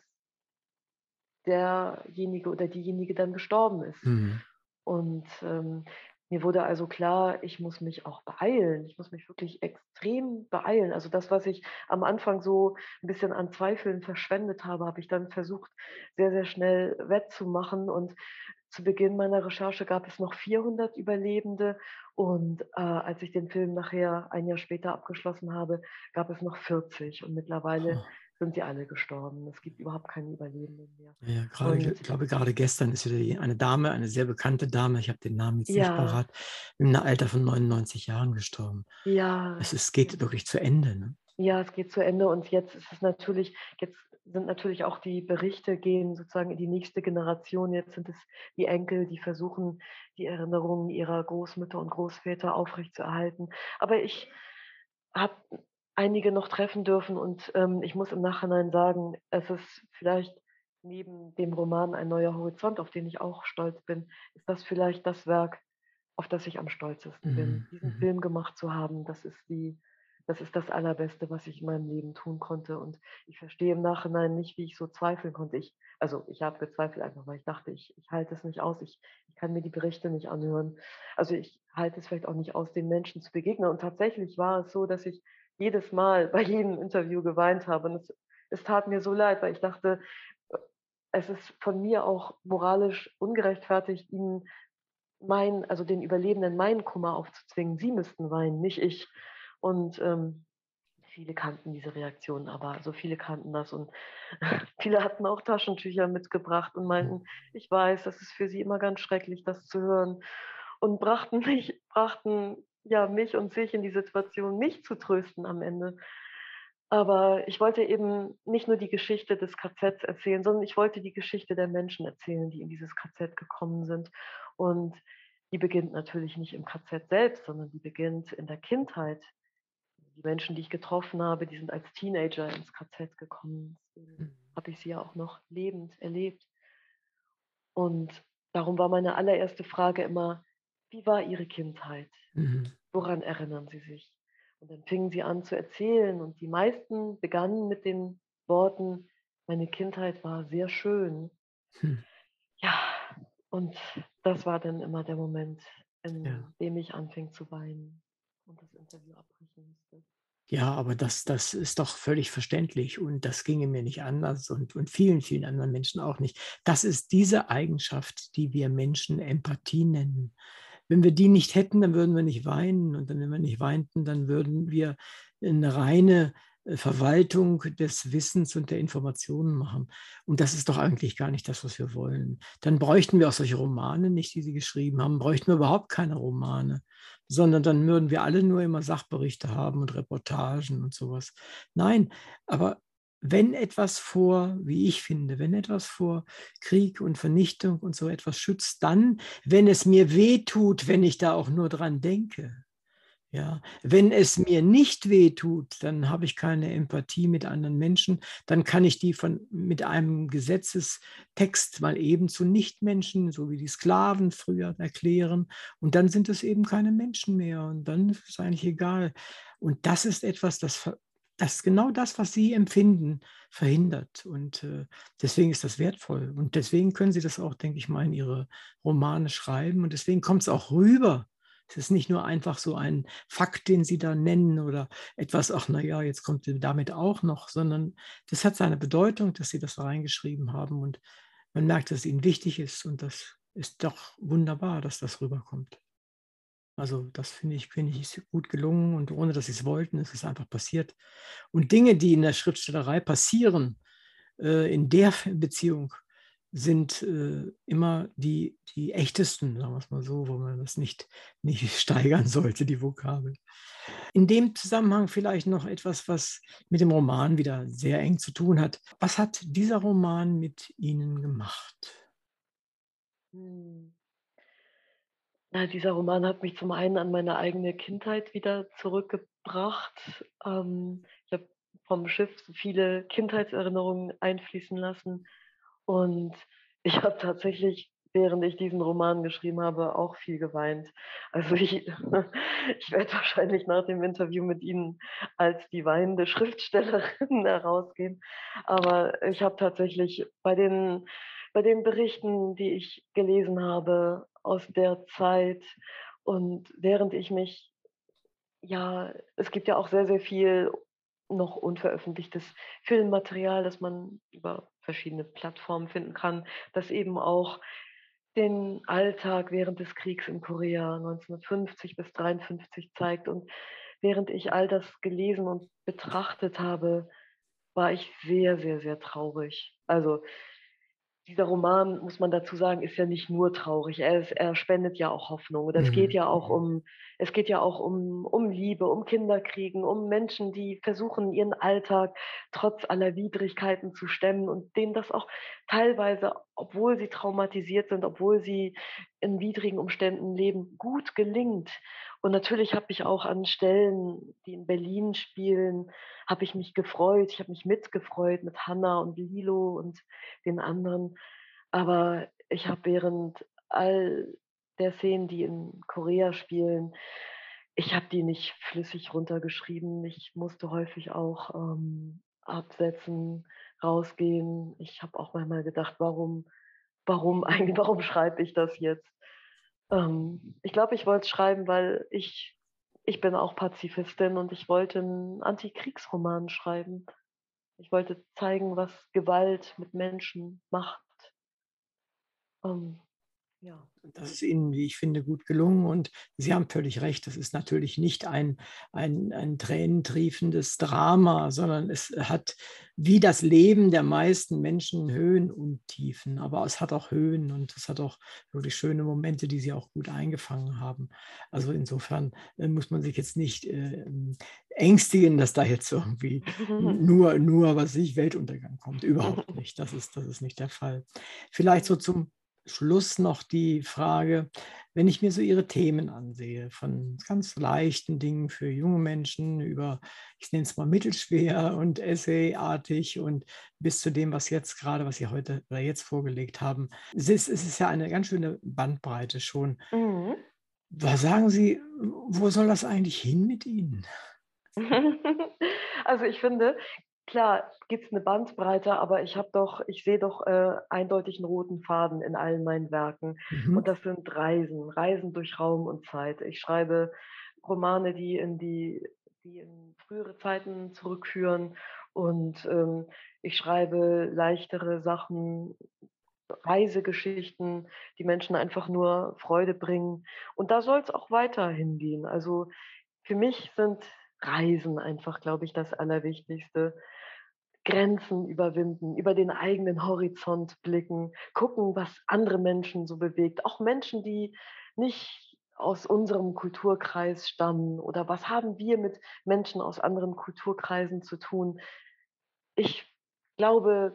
[SPEAKER 4] derjenige oder diejenige dann gestorben ist.
[SPEAKER 3] Mhm.
[SPEAKER 4] Und, ähm, mir wurde also klar, ich muss mich auch beeilen. Ich muss mich wirklich extrem beeilen. Also, das, was ich am Anfang so 'n bisschen an Zweifeln verschwendet habe, habe ich dann versucht, sehr, sehr schnell wettzumachen. Und zu Beginn meiner Recherche gab es noch vierhundert Überlebende und, äh, als ich den Film nachher ein Jahr später abgeschlossen habe, gab es noch vierzig und mittlerweile
[SPEAKER 3] Ah,
[SPEAKER 4] sind sie alle gestorben. Es gibt überhaupt keine Überlebenden mehr.
[SPEAKER 3] ja, ja, gerade, ich
[SPEAKER 4] Und
[SPEAKER 3] glaube, gerade gestern ist wieder die, eine Dame, eine sehr bekannte Dame, ich habe den Namen jetzt nicht
[SPEAKER 4] ja,
[SPEAKER 3] parat, im Alter von neunundneunzig Jahren gestorben.
[SPEAKER 4] ja,
[SPEAKER 3] Es ist, geht wirklich zu Ende. Ne?
[SPEAKER 4] ja, es geht zu Ende und jetzt ist es natürlich jetzt sind natürlich auch die Berichte gehen sozusagen in die nächste Generation. Jetzt sind es die Enkel, die versuchen, die Erinnerungen ihrer Großmütter und Großväter aufrechtzuerhalten. Aber ich habe einige noch treffen dürfen. Und ähm, ich muss im Nachhinein sagen, es ist vielleicht neben dem Roman Ein neuer Horizont, auf den ich auch stolz bin, ist das vielleicht das Werk, auf das ich am stolzesten bin.
[SPEAKER 3] Mhm.
[SPEAKER 4] Diesen
[SPEAKER 3] Mhm.
[SPEAKER 4] Film gemacht zu haben, das ist die, das ist das Allerbeste, was ich in meinem Leben tun konnte. Und ich verstehe im Nachhinein nicht, wie ich so zweifeln konnte. Ich, also ich habe gezweifelt einfach, weil ich dachte, ich, ich halte es nicht aus, ich, ich kann mir die Berichte nicht anhören. Also ich halte es vielleicht auch nicht aus, den Menschen zu begegnen. Und tatsächlich war es so, dass ich jedes Mal bei jedem Interview geweint habe. Und es, es tat mir so leid, weil ich dachte, es ist von mir auch moralisch ungerechtfertigt, ihnen mein, also den Überlebenden meinen Kummer aufzuzwingen. Sie müssten weinen, nicht ich. Und ähm, viele kannten diese Reaktion, aber so viele kannten das und viele hatten auch Taschentücher mitgebracht und meinten, ich weiß, das ist für sie immer ganz schrecklich, das zu hören und brachten mich, brachten ja mich und sich in die Situation, mich zu trösten am Ende. Aber ich wollte eben nicht nur die Geschichte des K Zs erzählen, sondern ich wollte die Geschichte der Menschen erzählen, die in dieses K Z gekommen sind. Und die beginnt natürlich nicht im K Z selbst, sondern die beginnt in der Kindheit. Die Menschen, die ich getroffen habe, die sind als Teenager ins K Z gekommen. Deswegen habe ich sie ja auch noch lebend erlebt. Und darum war meine allererste Frage immer, wie war Ihre Kindheit?
[SPEAKER 3] Mhm.
[SPEAKER 4] Woran erinnern Sie sich? Und dann fingen sie an zu erzählen und die meisten begannen mit den Worten, meine Kindheit war sehr schön.
[SPEAKER 3] Hm.
[SPEAKER 4] Ja, und das war dann immer der Moment,
[SPEAKER 3] Ja.
[SPEAKER 4] in dem ich anfing zu weinen und das Interview abbrechen musste.
[SPEAKER 3] Ja, aber das, das ist doch völlig verständlich und das ginge mir nicht anders und, und vielen, vielen anderen Menschen auch nicht. Das ist diese Eigenschaft, die wir Menschen Empathie nennen. Wenn wir die nicht hätten, dann würden wir nicht weinen und dann, wenn wir nicht weinten, dann würden wir eine reine äh, Verwaltung des Wissens und der Informationen machen. Und das ist doch eigentlich gar nicht das, was wir wollen. Dann bräuchten wir auch solche Romane nicht, die Sie geschrieben haben, bräuchten wir überhaupt keine Romane, sondern dann würden wir alle nur immer Sachberichte haben und Reportagen und sowas. Nein, aber wenn etwas vor, wie ich finde, wenn etwas vor Krieg und Vernichtung und so etwas schützt, dann, wenn es mir weh tut, wenn ich da auch nur dran denke. Ja, wenn es mir nicht weh tut, dann habe ich keine Empathie mit anderen Menschen, dann kann ich die von, mit einem Gesetzestext mal eben zu Nichtmenschen, so wie die Sklaven früher erklären. Und dann sind es eben keine Menschen mehr und dann ist es eigentlich egal. Und das ist etwas, das, das genau das, was Sie empfinden, verhindert. Und äh, deswegen ist das wertvoll. Und deswegen können Sie das auch, denke ich mal, in Ihre Romane schreiben. Und deswegen kommt es auch rüber. Es ist nicht nur einfach so ein Fakt, den Sie da nennen oder etwas, ach naja, jetzt kommt damit auch noch, sondern das hat seine Bedeutung, dass Sie das da reingeschrieben haben und man merkt, dass es Ihnen wichtig ist und das ist doch wunderbar, dass das rüberkommt. Also das finde ich, finde ich, ist gut gelungen und ohne, dass Sie es wollten, ist es einfach passiert. Und Dinge, die in der Schriftstellerei passieren, äh, in der Beziehung, sind äh, immer die, die echtesten, sagen wir es mal so, wo man das nicht, nicht steigern sollte, die Vokabel. In dem Zusammenhang vielleicht noch etwas, was mit dem Roman wieder sehr eng zu tun hat. Was hat dieser Roman mit Ihnen gemacht?
[SPEAKER 4] Hm. Na, dieser Roman hat mich zum einen an meine eigene Kindheit wieder zurückgebracht. Ähm, ich habe vom Schiff so viele Kindheitserinnerungen einfließen lassen und ich habe tatsächlich, während ich diesen Roman geschrieben habe, auch viel geweint. Also ich, ich werde wahrscheinlich nach dem Interview mit Ihnen als die weinende Schriftstellerin herausgehen. Aber ich habe tatsächlich bei den, bei den Berichten, die ich gelesen habe aus der Zeit und während ich mich, ja, es gibt ja auch sehr, sehr viel noch unveröffentlichtes Filmmaterial, das man über verschiedene Plattformen finden kann, das eben auch den Alltag während des Kriegs in Korea neunzehnhundertfünfzig bis dreiundfünfzig zeigt. Und während ich all das gelesen und betrachtet habe, war ich sehr, sehr, sehr traurig. Also dieser Roman, muss man dazu sagen, ist ja nicht nur traurig. Er, ist, er spendet ja auch Hoffnung. Und es geht
[SPEAKER 3] Mhm.
[SPEAKER 4] ja auch um, es geht ja auch um, um Liebe, um Kinderkriegen, um Menschen, die versuchen, ihren Alltag trotz aller Widrigkeiten zu stemmen und denen das auch teilweise obwohl sie traumatisiert sind, obwohl sie in widrigen Umständen leben, gut gelingt. Und natürlich habe ich auch an Stellen, die in Berlin spielen, habe ich mich gefreut. Ich habe mich mitgefreut mit Hannah und Lilo und den anderen. Aber ich habe während all der Szenen, die in Korea spielen, ich habe die nicht flüssig runtergeschrieben. Ich musste häufig auch ähm, absetzen, rausgehen. Ich habe auch manchmal gedacht, warum, warum eigentlich, warum schreibe ich das jetzt? Ähm, ich glaube, ich wollte es schreiben, weil ich, ich bin auch Pazifistin und ich wollte einen Antikriegsroman schreiben. Ich wollte zeigen, was Gewalt mit Menschen macht. Ähm, ja.
[SPEAKER 3] Das ist Ihnen, wie ich finde, gut gelungen und Sie haben völlig recht, das ist natürlich nicht ein, ein, ein tränentriefendes Drama, sondern es hat wie das Leben der meisten Menschen Höhen und Tiefen, aber es hat auch Höhen und es hat auch wirklich schöne Momente, die Sie auch gut eingefangen haben. Also insofern äh, muss man sich jetzt nicht äh, ängstigen, dass da jetzt irgendwie nur, nur was ich, Weltuntergang kommt. Überhaupt nicht, das ist, das ist nicht der Fall. Vielleicht so zum Schluss noch die Frage, wenn ich mir so Ihre Themen ansehe, von ganz leichten Dingen für junge Menschen über, ich nenne es mal mittelschwer und essayartig und bis zu dem, was jetzt gerade, was Sie heute oder jetzt vorgelegt haben. Es ist, es ist ja eine ganz schöne Bandbreite schon.
[SPEAKER 4] Mhm.
[SPEAKER 3] Was sagen Sie, wo soll das eigentlich hin mit Ihnen?
[SPEAKER 4] Also ich finde, klar gibt es eine Bandbreite, aber ich habe doch, ich sehe doch äh, eindeutig einen roten Faden in allen meinen Werken.
[SPEAKER 3] Mhm.
[SPEAKER 4] Und das sind Reisen, Reisen durch Raum und Zeit. Ich schreibe Romane, die in die, die in frühere Zeiten zurückführen und ähm, ich schreibe leichtere Sachen, Reisegeschichten, die Menschen einfach nur Freude bringen. Und da soll es auch weiter hingehen. Also für mich sind Reisen einfach, glaube ich, das Allerwichtigste. Grenzen überwinden, über den eigenen Horizont blicken, gucken, was andere Menschen so bewegt. Auch Menschen, die nicht aus unserem Kulturkreis stammen oder was haben wir mit Menschen aus anderen Kulturkreisen zu tun. Ich glaube,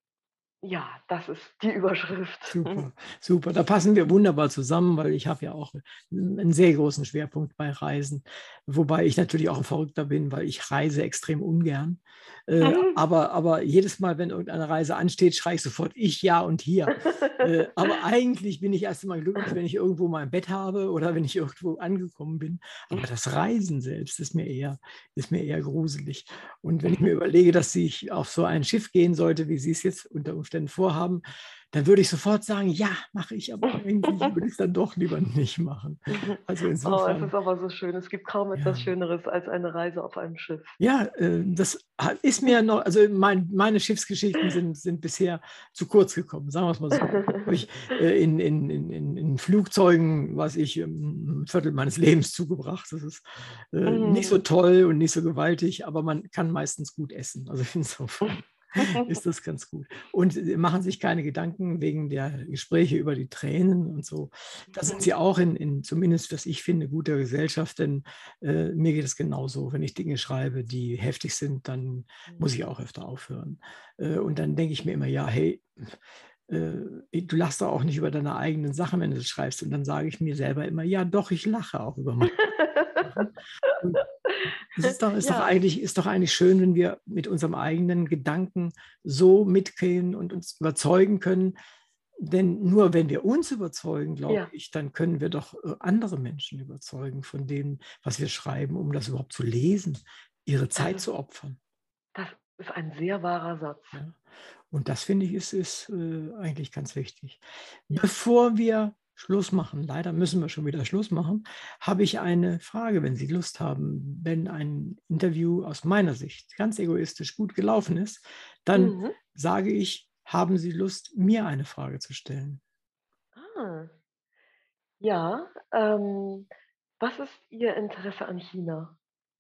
[SPEAKER 4] ja, das ist die Überschrift.
[SPEAKER 3] Super, super. Da passen wir wunderbar zusammen, weil ich habe ja auch einen sehr großen Schwerpunkt bei Reisen, wobei ich natürlich auch ein Verrückter bin, weil ich reise extrem ungern. Äh, aber, aber jedes Mal, wenn irgendeine Reise ansteht, schreie ich sofort ich, ja und hier. Äh, aber eigentlich bin ich erst einmal glücklich, wenn ich irgendwo mein Bett habe oder wenn ich irgendwo angekommen bin. Aber das Reisen selbst ist mir eher, ist mir eher gruselig. Und wenn ich mir überlege, dass ich auf so ein Schiff gehen sollte, wie Sie es jetzt unter Umständen vorhaben, dann würde ich sofort sagen, ja, mache ich, aber eigentlich würde ich es dann doch lieber nicht machen. Also insofern,
[SPEAKER 4] oh, es ist aber so schön. Es gibt kaum etwas
[SPEAKER 3] ja.
[SPEAKER 4] Schöneres als eine Reise auf einem Schiff.
[SPEAKER 3] Ja, äh, das ist mir noch, also mein, meine Schiffsgeschichten sind, sind bisher zu kurz gekommen, sagen wir es mal so. Habe ich äh, in, in, in, in Flugzeugen, was ich ähm, ein Viertel meines Lebens zugebracht. Das ist äh,
[SPEAKER 4] Mhm.
[SPEAKER 3] nicht so toll und nicht so gewaltig, aber man kann meistens gut essen. Also insofern ist das ganz gut. Und sie machen sich keine Gedanken wegen der Gespräche über die Tränen und so. Da sind sie auch in, in zumindest, was ich finde, guter Gesellschaft, denn äh, mir geht es genauso. Wenn ich Dinge schreibe, die heftig sind, dann muss ich auch öfter aufhören. Äh, und dann denke ich mir immer, ja, hey, äh, du lachst doch auch nicht über deine eigenen Sachen, wenn du das schreibst. Und dann sage ich mir selber immer, ja, doch, ich lache auch über meine Sachen. Und es ist doch, ist,
[SPEAKER 4] Ja.
[SPEAKER 3] doch eigentlich, ist doch eigentlich schön, wenn wir mit unserem eigenen Gedanken so mitgehen und uns überzeugen können. Denn nur wenn wir uns überzeugen, glaube
[SPEAKER 4] Ja.
[SPEAKER 3] ich, dann können wir doch äh, andere Menschen überzeugen von dem, was wir schreiben, um das überhaupt zu lesen, ihre Zeit
[SPEAKER 4] ist-
[SPEAKER 3] zu opfern.
[SPEAKER 4] Das ist ein sehr wahrer Satz.
[SPEAKER 3] Ja. Und das finde ich ist, ist äh, eigentlich ganz wichtig. Bevor wir Schluss machen, leider müssen wir schon wieder Schluss machen, habe ich eine Frage, wenn Sie Lust haben. Wenn ein Interview aus meiner Sicht ganz egoistisch gut gelaufen ist, dann
[SPEAKER 4] Mhm.
[SPEAKER 3] sage ich, haben Sie Lust, mir eine Frage zu stellen?
[SPEAKER 4] Ah. Ja, ähm, was ist Ihr Interesse an China?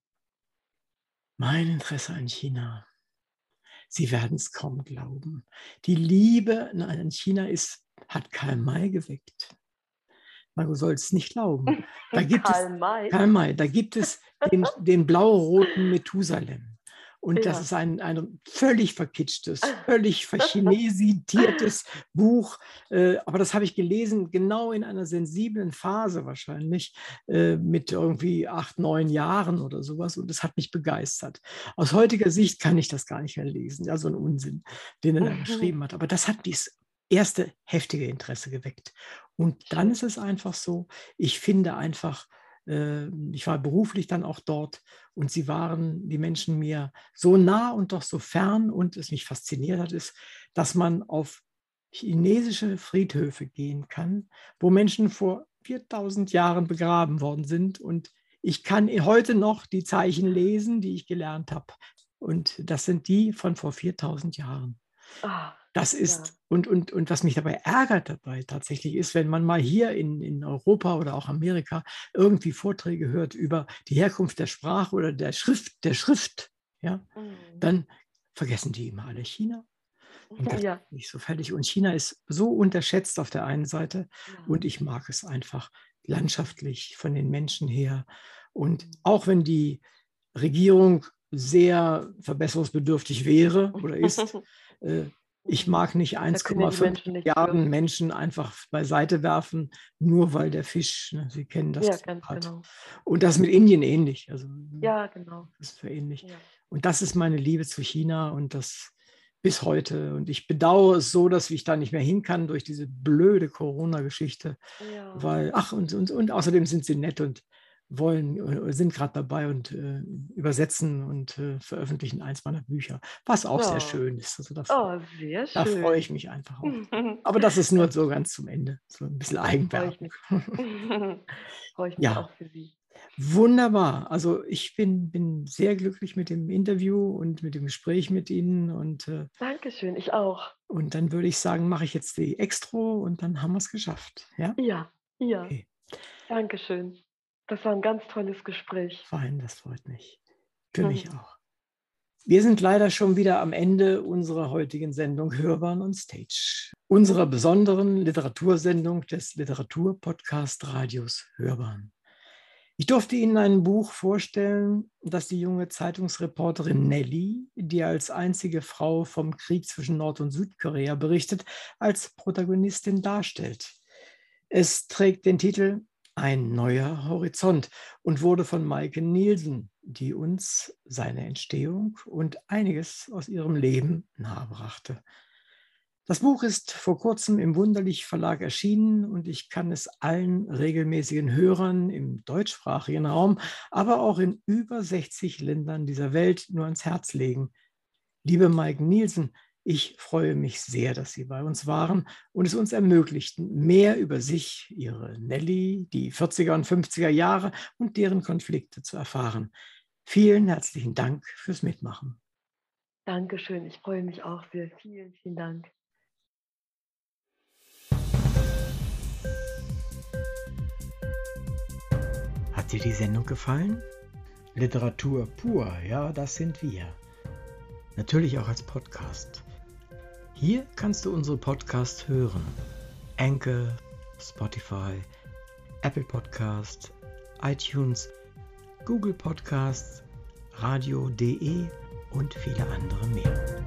[SPEAKER 3] Mein Interesse an China. Sie werden es kaum glauben. Die Liebe an China ist, hat Karl May geweckt. Man soll es nicht glauben. Da gibt
[SPEAKER 4] Karl
[SPEAKER 3] es,
[SPEAKER 4] May?
[SPEAKER 3] Karl May, da gibt es den, den blau-roten Methusalem. Und das
[SPEAKER 4] Ja.
[SPEAKER 3] ist ein, ein völlig verkitschtes, völlig verchinesitiertes Buch. Äh, aber das habe ich gelesen, genau in einer sensiblen Phase wahrscheinlich, äh, mit irgendwie acht, neun Jahren oder sowas. Und das hat mich begeistert. Aus heutiger Sicht kann ich das gar nicht mehr lesen. Ja, so ein Unsinn, den er da geschrieben hat. Aber das hat dieses erste heftige Interesse geweckt. Und dann ist es einfach so, ich finde einfach, äh, ich war beruflich dann auch dort und sie waren, die Menschen, mir so nah und doch so fern, und es mich fasziniert hat, ist, dass man auf chinesische Friedhöfe gehen kann, wo Menschen vor viertausend Jahren begraben worden sind, und ich kann heute noch die Zeichen lesen, die ich gelernt habe. Und das sind die von vor viertausend Jahren.
[SPEAKER 4] Ah,
[SPEAKER 3] Das
[SPEAKER 4] ja.
[SPEAKER 3] ist, und, und, und was mich dabei ärgert dabei tatsächlich ist, wenn man mal hier in, in Europa oder auch Amerika irgendwie Vorträge hört über die Herkunft der Sprache oder der Schrift, der Schrift, ja,
[SPEAKER 4] Mhm.
[SPEAKER 3] dann vergessen die immer alle China. Und das
[SPEAKER 4] Ja.
[SPEAKER 3] ist nicht so fertig. Und China ist so unterschätzt auf der einen Seite,
[SPEAKER 4] Ja.
[SPEAKER 3] und ich mag es einfach landschaftlich von den Menschen her. Und
[SPEAKER 4] Mhm.
[SPEAKER 3] auch wenn die Regierung sehr verbesserungsbedürftig wäre oder ist, äh, ich mag nicht
[SPEAKER 4] Da können ja die
[SPEAKER 3] eins Komma fünf
[SPEAKER 4] Menschen nichts
[SPEAKER 3] Milliarden
[SPEAKER 4] für.
[SPEAKER 3] Menschen einfach beiseite werfen, nur weil der Fisch, ne, Sie kennen das,
[SPEAKER 4] Ja, ganz
[SPEAKER 3] hat.
[SPEAKER 4] genau.
[SPEAKER 3] Und das mit Indien ähnlich. Also
[SPEAKER 4] Ja, genau.
[SPEAKER 3] das ist so ähnlich.
[SPEAKER 4] Ja.
[SPEAKER 3] Und das ist meine Liebe zu China, und das bis heute. Und ich bedauere es so, dass ich da nicht mehr hin kann durch diese blöde Corona-Geschichte.
[SPEAKER 4] Ja.
[SPEAKER 3] Weil, ach, und, und, und außerdem sind sie nett und wollen, äh, sind gerade dabei und äh, übersetzen und äh, veröffentlichen eins meiner Bücher, was auch sehr
[SPEAKER 4] Ja.
[SPEAKER 3] schön ist. Also da,
[SPEAKER 4] Oh, sehr
[SPEAKER 3] da freue ich
[SPEAKER 4] schön.
[SPEAKER 3] mich einfach auch. Aber das ist nur
[SPEAKER 4] Das
[SPEAKER 3] so ganz zum Ende, so ein bisschen
[SPEAKER 4] freue ich
[SPEAKER 3] Eigenwerbung.
[SPEAKER 4] mich. Freue ich mich
[SPEAKER 3] Ja,
[SPEAKER 4] auch für Sie.
[SPEAKER 3] wunderbar. Also ich bin, bin sehr glücklich mit dem Interview und mit dem Gespräch mit Ihnen, und, äh,
[SPEAKER 4] Dankeschön, ich auch.
[SPEAKER 3] und dann würde ich sagen, mache ich jetzt die Extro und dann haben wir es geschafft. Ja?
[SPEAKER 4] Ja, ja.
[SPEAKER 3] Okay,
[SPEAKER 4] Dankeschön. Das war ein ganz tolles Gespräch.
[SPEAKER 3] fein, das freut mich. Für mich auch. Wir sind leider schon wieder am Ende unserer heutigen Sendung Hörbahn on Stage, unserer besonderen Literatursendung des Literaturpodcast-Radios Hörbahn. Ich durfte Ihnen ein Buch vorstellen, das die junge Zeitungsreporterin Nelly, die als einzige Frau vom Krieg zwischen Nord- und Südkorea berichtet, als Protagonistin darstellt. Es trägt den Titel Ein neuer Horizont und wurde von Maike Nielsen, die uns seine Entstehung und einiges aus ihrem Leben nahebrachte. Das Buch ist vor kurzem im Wunderlich Verlag erschienen, und ich kann es allen regelmäßigen Hörern im deutschsprachigen Raum, aber auch in über sechzig Ländern dieser Welt nur ans Herz legen. Liebe Maike Nielsen, ich freue mich sehr, dass Sie bei uns waren und es uns ermöglichten, mehr über sich, Ihre Nelly, die vierziger und fünfziger Jahre und deren Konflikte zu erfahren. Vielen herzlichen Dank fürs Mitmachen.
[SPEAKER 4] Dankeschön, ich freue mich auch sehr. Vielen, vielen Dank.
[SPEAKER 1] Hat dir die Sendung gefallen? Literatur pur, ja, das sind wir. Natürlich auch als Podcast. Hier kannst du unsere Podcasts hören. Anchor, Spotify, Apple Podcast, iTunes, Google Podcasts, radio punkt de und viele andere mehr.